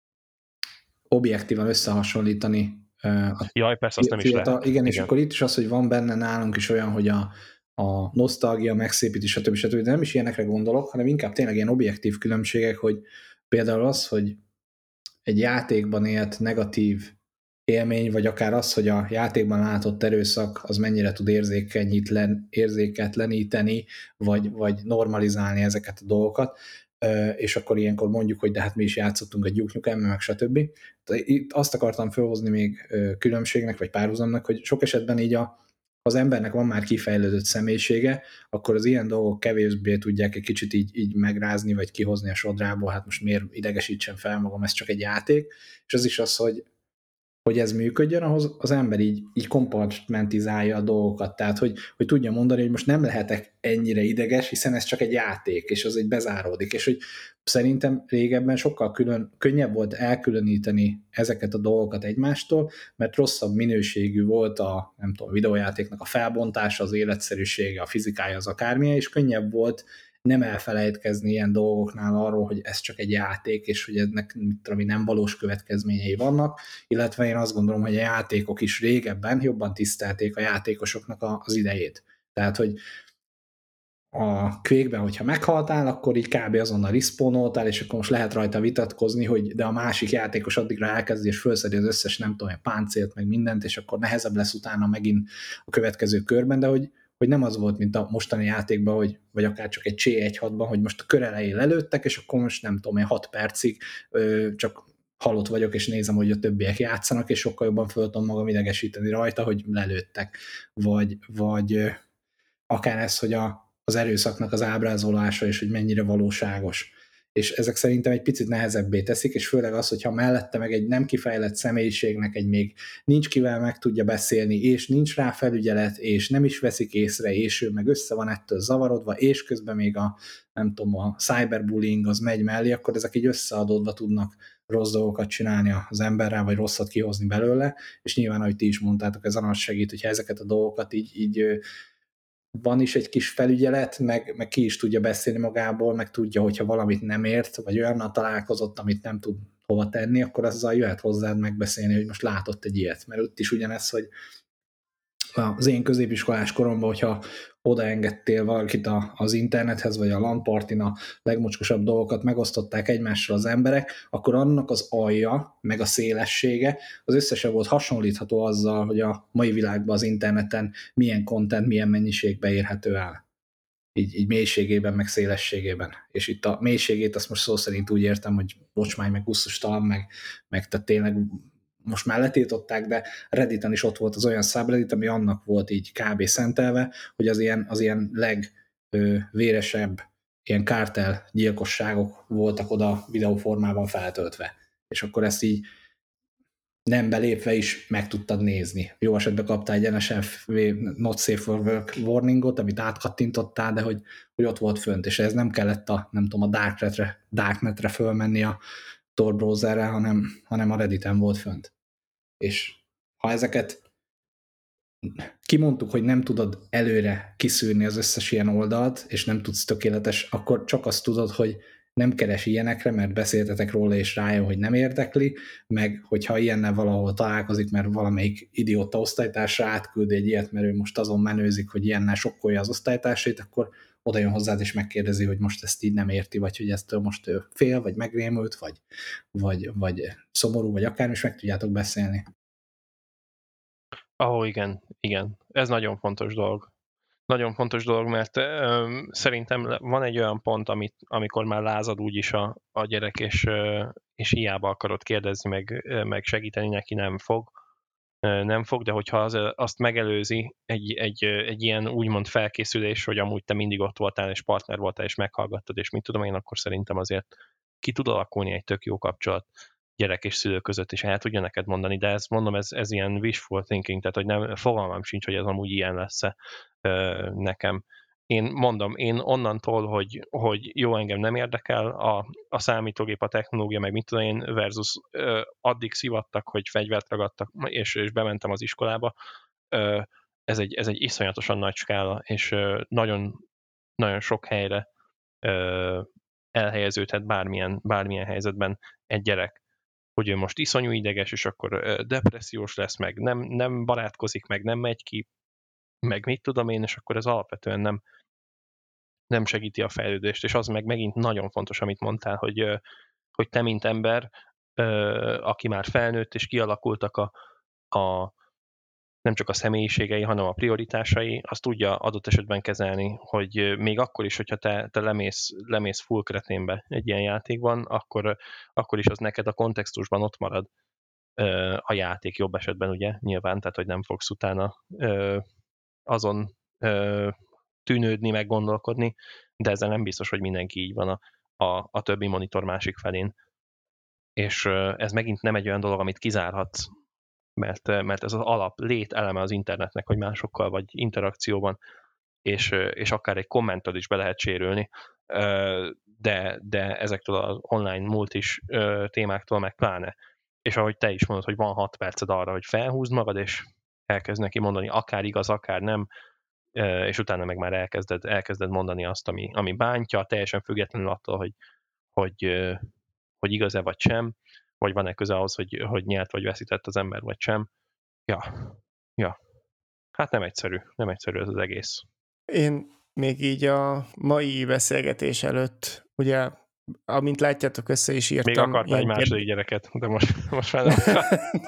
objektívan összehasonlítani. Uh, a Jaj, persze, azt nem is fiatal, lehet. igen, és Igen. akkor itt is az, hogy van benne nálunk is olyan, hogy a, a nosztalgia megszépíti, stb. stb. De nem is ilyenekre gondolok, hanem inkább tényleg ilyen objektív különbségek, hogy például az, hogy egy játékban élt negatív élmény, vagy akár az, hogy a játékban látott erőszak az mennyire tud érzékenyítlen, érzéketleníteni, vagy, vagy normalizálni ezeket a dolgokat, és akkor ilyenkor mondjuk, hogy de hát mi is játszottunk a Duke Nukem, meg stb. Itt azt akartam felhozni még különbségnek, vagy párhuzamnak, hogy sok esetben így a, az embernek van már kifejlődött személyisége, akkor az ilyen dolgok kevésbé tudják egy kicsit így, így megrázni, vagy kihozni a sodrából, hát most miért idegesítsen fel magam, ez csak egy játék, és az is az, hogy hogy ez működjön, ahhoz az ember így, így kompartmentizálja a dolgokat, tehát hogy, hogy tudja mondani, hogy most nem lehetek ennyire ideges, hiszen ez csak egy játék, és az egy bezáródik, és hogy szerintem régebben sokkal külön, könnyebb volt elkülöníteni ezeket a dolgokat egymástól, mert rosszabb minőségű volt a, nem tudom, a videójátéknak a felbontása, az életszerűsége, a fizikája, az akármilyen, és könnyebb volt nem elfelejtkezni ilyen dolgoknál arról, hogy ez csak egy játék, és hogy ennek mit nem valós következményei vannak, illetve én azt gondolom, hogy a játékok is régebben jobban tisztelték a játékosoknak az idejét. Tehát, hogy a Quake-ben, hogyha meghaltál, akkor így kb. Azonnal respawnoltál, és akkor most lehet rajta vitatkozni, hogy de a másik játékos addigra elkezdi, és felszedi az összes, nem tudom, páncélt, meg mindent, és akkor nehezebb lesz utána megint a következő körben, de hogy hogy nem az volt, mint a mostani játékban, hogy, vagy akár csak egy cé egy hatban, hogy most a kör elején lelőttek, és akkor most nem tudom, én hat percig ö, csak halott vagyok, és nézem, hogy a többiek játszanak, és sokkal jobban föl tudom magam idegesíteni rajta, hogy lelőttek. Vagy, vagy ö, akár ez, hogy a, az erőszaknak az ábrázolása, és hogy mennyire valóságos. És ezek szerintem egy picit nehezebbé teszik, és főleg az, hogyha mellette meg egy nem kifejlett személyiségnek egy még nincs kivel meg tudja beszélni, és nincs rá felügyelet, és nem is veszik észre, és ő meg össze van ettől zavarodva, és közben még a, nem tudom, a cyberbullying az megy mellé, akkor ezek így összeadódva tudnak rossz dolgokat csinálni az emberrel, vagy rosszat kihozni belőle, és nyilván, ahogy ti is mondtátok, ez annak segít, hogyha ezeket a dolgokat így, így van is egy kis felügyelet, meg, meg ki is tudja beszélni magából, meg tudja, hogyha valamit nem ért, vagy olyannal találkozott, amit nem tud hova tenni, akkor azzal jöhet hozzád megbeszélni, hogy most látott egy ilyet. Mert ott is ugyanez, hogy az én középiskolás koromban, hogyha odaengedtél valakit az internethez, vagy a LAN partin a legmocskosabb dolgokat megosztották egymással az emberek, akkor annak az alja, meg a szélessége az összesen volt hasonlítható azzal, hogy a mai világban az interneten milyen content, milyen mennyiségbe érhető el. Így, így mélységében, meg szélességében. És itt a mélységét azt most szó szerint úgy értem, hogy bocsmány, meg gusztustalan, meg, meg tehát tényleg most már letiltották, de Redditen is ott volt az olyan subreddit, ami annak volt így kb. Szentelve, hogy az ilyen, az ilyen legvéresebb ilyen kártel gyilkosságok voltak oda videóformában feltöltve. És akkor ezt így nem belépve is meg tudtad nézni. Jó esetben kaptál egy en es ef not safe for work warningot, amit átkattintottál, de hogy, hogy ott volt fönt, és ez nem kellett a, nem tudom, a darknetre, darknetre fölmenni a Tor browserrel, hanem, hanem a Redditen volt fönt. És ha ezeket kimondtuk, hogy nem tudod előre kiszűrni az összes ilyen oldalt, és nem tudsz tökéletes, akkor csak azt tudod, hogy nem keres ilyenekre, mert beszéltetek róla, és rájön, hogy nem érdekli, meg hogyha ilyennel valahol találkozik, mert valamelyik idióta osztálytársa átküld egy ilyet, mert ő most azon menőzik, hogy ilyennel sokkolja az osztálytársait, akkor oda jön hozzád, és megkérdezi, hogy most ezt így nem érti, vagy hogy ezt most ő fél, vagy megrémült, vagy, vagy, vagy szomorú, vagy akár, és meg tudjátok beszélni. Ó, oh, igen, igen. Ez nagyon fontos dolog. Nagyon fontos dolog, mert ö, szerintem van egy olyan pont, amit, amikor már lázad úgyis a, a gyerek, és, ö, és hiába akarod kérdezni, meg, meg segíteni neki nem fog. nem fog, de hogyha az, azt megelőzi egy, egy, egy ilyen úgymond felkészülés, hogy amúgy te mindig ott voltál, és partner voltál, és meghallgattad, és mit tudom én, akkor szerintem azért ki tud alakulni egy tök jó kapcsolat gyerek és szülő között, és el tudja neked mondani, de ez mondom, ez, ez ilyen wishful thinking, tehát hogy nem, fogalmam sincs, hogy ez amúgy ilyen lesz-e ö, nekem. Én mondom, én onnantól, hogy, hogy jó, engem nem érdekel a, a számítógép, a technológia, meg mit tudom én, versus ö, addig szivattak, hogy fegyvert ragadtak, és, és bementem az iskolába. Ö, ez, egy, ez egy iszonyatosan nagy skála, és ö, nagyon, nagyon sok helyre ö, elhelyeződhet bármilyen, bármilyen helyzetben egy gyerek, hogy ő most iszonyú ideges, és akkor ö, depressziós lesz, meg nem, nem barátkozik, meg nem megy ki, meg mit tudom én, és akkor ez alapvetően nem, nem segíti a fejlődést, és az meg megint nagyon fontos, amit mondtál, hogy, hogy te, mint ember, aki már felnőtt, és kialakultak a, a nem csak a személyiségei, hanem a prioritásai, azt tudja adott esetben kezelni, hogy még akkor is, hogyha te, te lemész, lemész full kreténbe egy ilyen játékban, akkor, akkor is az neked a kontextusban ott marad a játék jobb esetben, ugye, nyilván, tehát hogy nem fogsz utána azon tűnődni, meg gondolkodni, de ezzel nem biztos, hogy mindenki így van a, a, a többi monitor másik felén. És ez megint nem egy olyan dolog, amit kizárhatsz, mert, mert ez az alap lételeme az internetnek, hogy másokkal vagy interakcióban, és, és akár egy kommentod is be lehet sérülni, de, de ezektől az online multis témáktól meg pláne. És ahogy te is mondod, hogy van hat perced arra, hogy felhúzd magad, és elkezd neki mondani, akár igaz, akár nem, és utána meg már elkezded, elkezded mondani azt, ami, ami bántja, teljesen függetlenül attól, hogy, hogy, hogy igaz-e vagy sem, vagy van-e köze ahhoz, hogy, hogy nyert vagy veszített az ember, vagy sem. Ja, ja. Hát nem egyszerű, nem egyszerű ez az egész. Én még így a mai beszélgetés előtt, ugye, amint látjátok, össze is írtam. Még akartál egy második kérd... gyereket, de most, most már nem.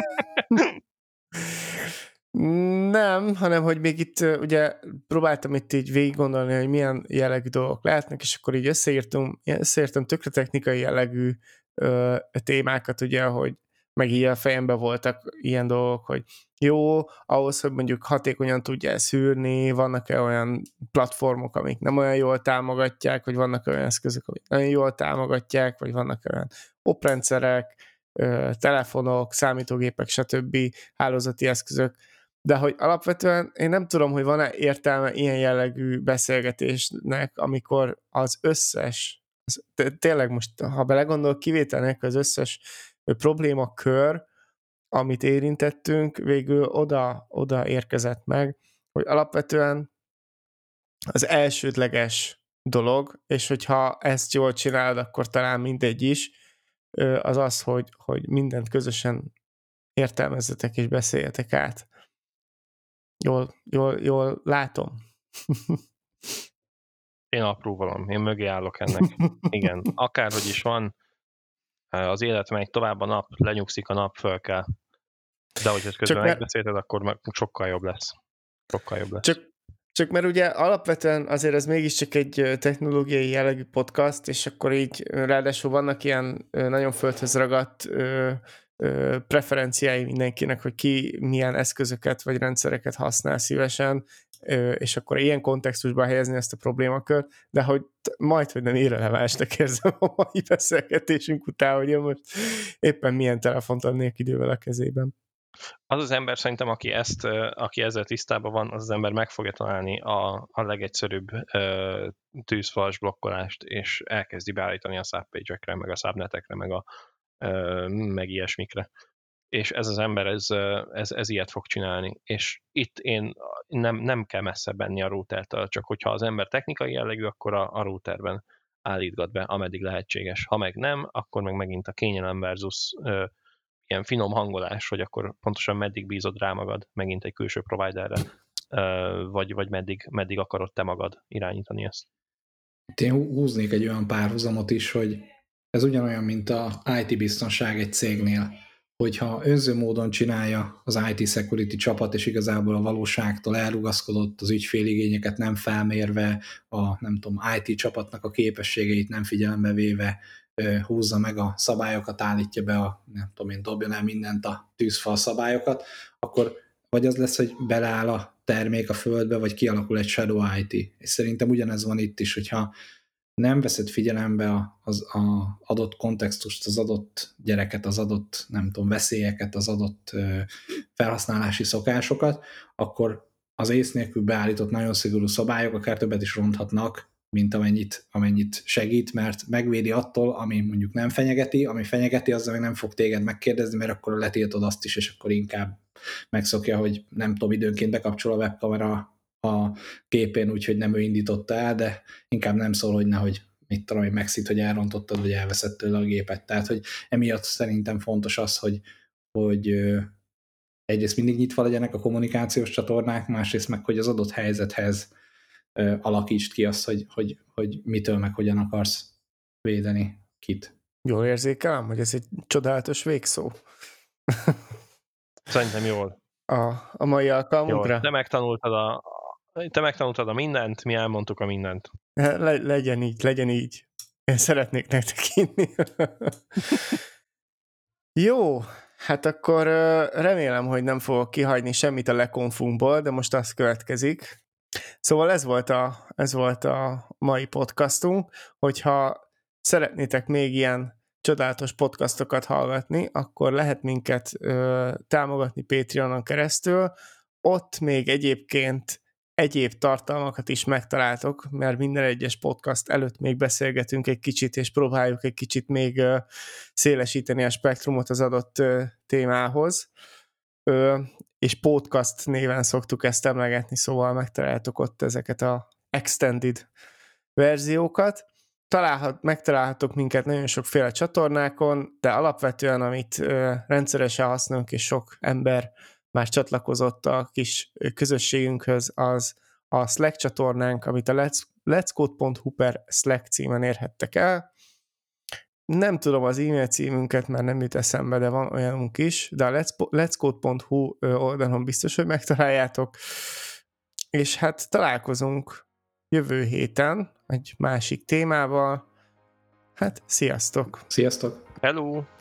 Nem, hanem hogy még itt ugye próbáltam itt így végig gondolni, hogy milyen jellegű dolgok lehetnek, és akkor így összeírtam, összeírtam tökre technikai jellegű ö, témákat, ugye, hogy meg így a fejemben voltak ilyen dolgok, hogy jó, ahhoz, hogy mondjuk hatékonyan tudjál szűrni, vannak-e olyan platformok, amik nem olyan jól támogatják, vagy vannak olyan eszközök, amik nagyon jól támogatják, vagy vannak olyan oprendszerek, ö, telefonok, számítógépek, stb. Hálózati eszközök, de hogy alapvetően én nem tudom, hogy van-e értelme ilyen jellegű beszélgetésnek, amikor az összes, az, tényleg most, ha belegondol, kivételnek az összes problémakör, amit érintettünk, végül oda, oda érkezett meg, hogy alapvetően az elsődleges dolog, és hogyha ezt jól csinálod, akkor talán mindegy is, az az, hogy, hogy mindent közösen értelmezzetek és beszéljetek át. Jól, jól, jól látom. Én apróvalom, én mögé állok ennek. Igen, akárhogy is van, az élet megy tovább, a nap, lenyugszik a nap, föl kell. De hogyha közben mert... megbeszélted, akkor meg sokkal jobb lesz. Sokkal jobb lesz. Csak, csak mert ugye alapvetően azért ez mégiscsak egy technológiai jellegű podcast, és akkor így ráadásul vannak ilyen nagyon földhöz ragadt preferenciái mindenkinek, hogy ki milyen eszközöket vagy rendszereket használ szívesen, és akkor ilyen kontextusban helyezni ezt a problémakört, de hogy majd, hogy nem irrelevánsnak érzem a mai beszélgetésünk után, hogy én most éppen milyen telefont adnék idővel a kezében. Az az ember szerintem, aki, ezt, aki ezzel tisztában van, az az ember meg fogja találni a, a legegyszerűbb uh, tűzfalas blokkolást, és elkezdi beállítani a subpage-ekre, meg a subnetekre, meg, a, uh, meg ilyesmikre. És ez az ember, ez, ez, ez ilyet fog csinálni. És itt én nem, nem kell messzebb menni a routertől, csak hogyha az ember technikai jellegű, akkor a, a routerben állítgat be, ameddig lehetséges. Ha meg nem, akkor meg megint a kényelem versus uh, ilyen finom hangolás, hogy akkor pontosan meddig bízod rá magad, megint egy külső providerre, uh, vagy, vagy meddig, meddig akarod te magad irányítani ezt. Én húznék egy olyan párhuzamot is, hogy ez ugyanolyan, mint a í té biztonság egy cégnél, hogyha önző módon csinálja az i té security csapat, és igazából a valóságtól elrugaszkodott, az ügyféligényeket nem felmérve, a nem tudom, i té csapatnak a képességeit nem figyelembe véve húzza meg a szabályokat, állítja be a, nem tudom én, dobjon el mindent a tűzfal szabályokat, akkor vagy az lesz, hogy beleáll a termék a földbe, vagy kialakul egy shadow i té. És szerintem ugyanez van itt is, hogyha nem veszed figyelembe az a adott kontextust, az adott gyereket, az adott, nem tudom, veszélyeket, az adott ö, felhasználási szokásokat, akkor az ész nélkül beállított nagyon szigorú szabályok akár többet is ronthatnak, mint amennyit, amennyit segít, mert megvédi attól, ami mondjuk nem fenyegeti, ami fenyegeti, azzal meg nem fog téged megkérdezni, mert akkor letiltod azt is, és akkor inkább megszokja, hogy nem tudom, időnként bekapcsol a webkamera a képén, úgyhogy nem ő indította el, de inkább nem szól, hogy nehogy mit tudom, hogy megszít, hogy elrontottad, vagy elveszett tőle a gépet. Tehát, hogy emiatt szerintem fontos az, hogy, hogy egyrészt mindig nyitva legyenek a kommunikációs csatornák, másrészt meg, hogy az adott helyzethez alakítsd ki azt, hogy, hogy, hogy mitől meg hogyan akarsz védeni kit. Jól érzékelem, hogy ez egy csodálatos végszó. Szerintem jól. A, a mai alkalmunkra? Jól. Te megtanultad a, te megtanultad a mindent, mi elmondtuk a mindent. Le, legyen így, legyen így. Én szeretnék nektek inni. Jó, hát akkor remélem, hogy nem fogok kihagyni semmit a lekonfunkból, de most az következik. Szóval ez volt a, ez volt a mai podcastunk, hogyha szeretnétek még ilyen csodálatos podcastokat hallgatni, akkor lehet minket ö, támogatni Patreonon keresztül. Ott még egyébként egyéb tartalmakat is megtaláltok, mert minden egyes podcast előtt még beszélgetünk egy kicsit, és próbáljuk egy kicsit még ö, szélesíteni a spektrumot az adott ö, témához. Ö, és podcast néven szoktuk ezt emlegetni, szóval megtaláltok ott ezeket a extended verziókat. Találhat, megtalálhatok minket nagyon sokféle csatornákon, de alapvetően, amit ö, rendszeresen használunk, és sok ember már csatlakozott a kis közösségünkhöz, az a Slack csatornánk, amit a let's, letscode pont hu per Slack címen érhettek el. Nem tudom az e-mail címünket, mert nem jut eszembe, de van olyanunk is, de a letscode pont hu oldalon biztos, hogy megtaláljátok. És hát találkozunk jövő héten egy másik témával. Hát, sziasztok! Sziasztok! Hello!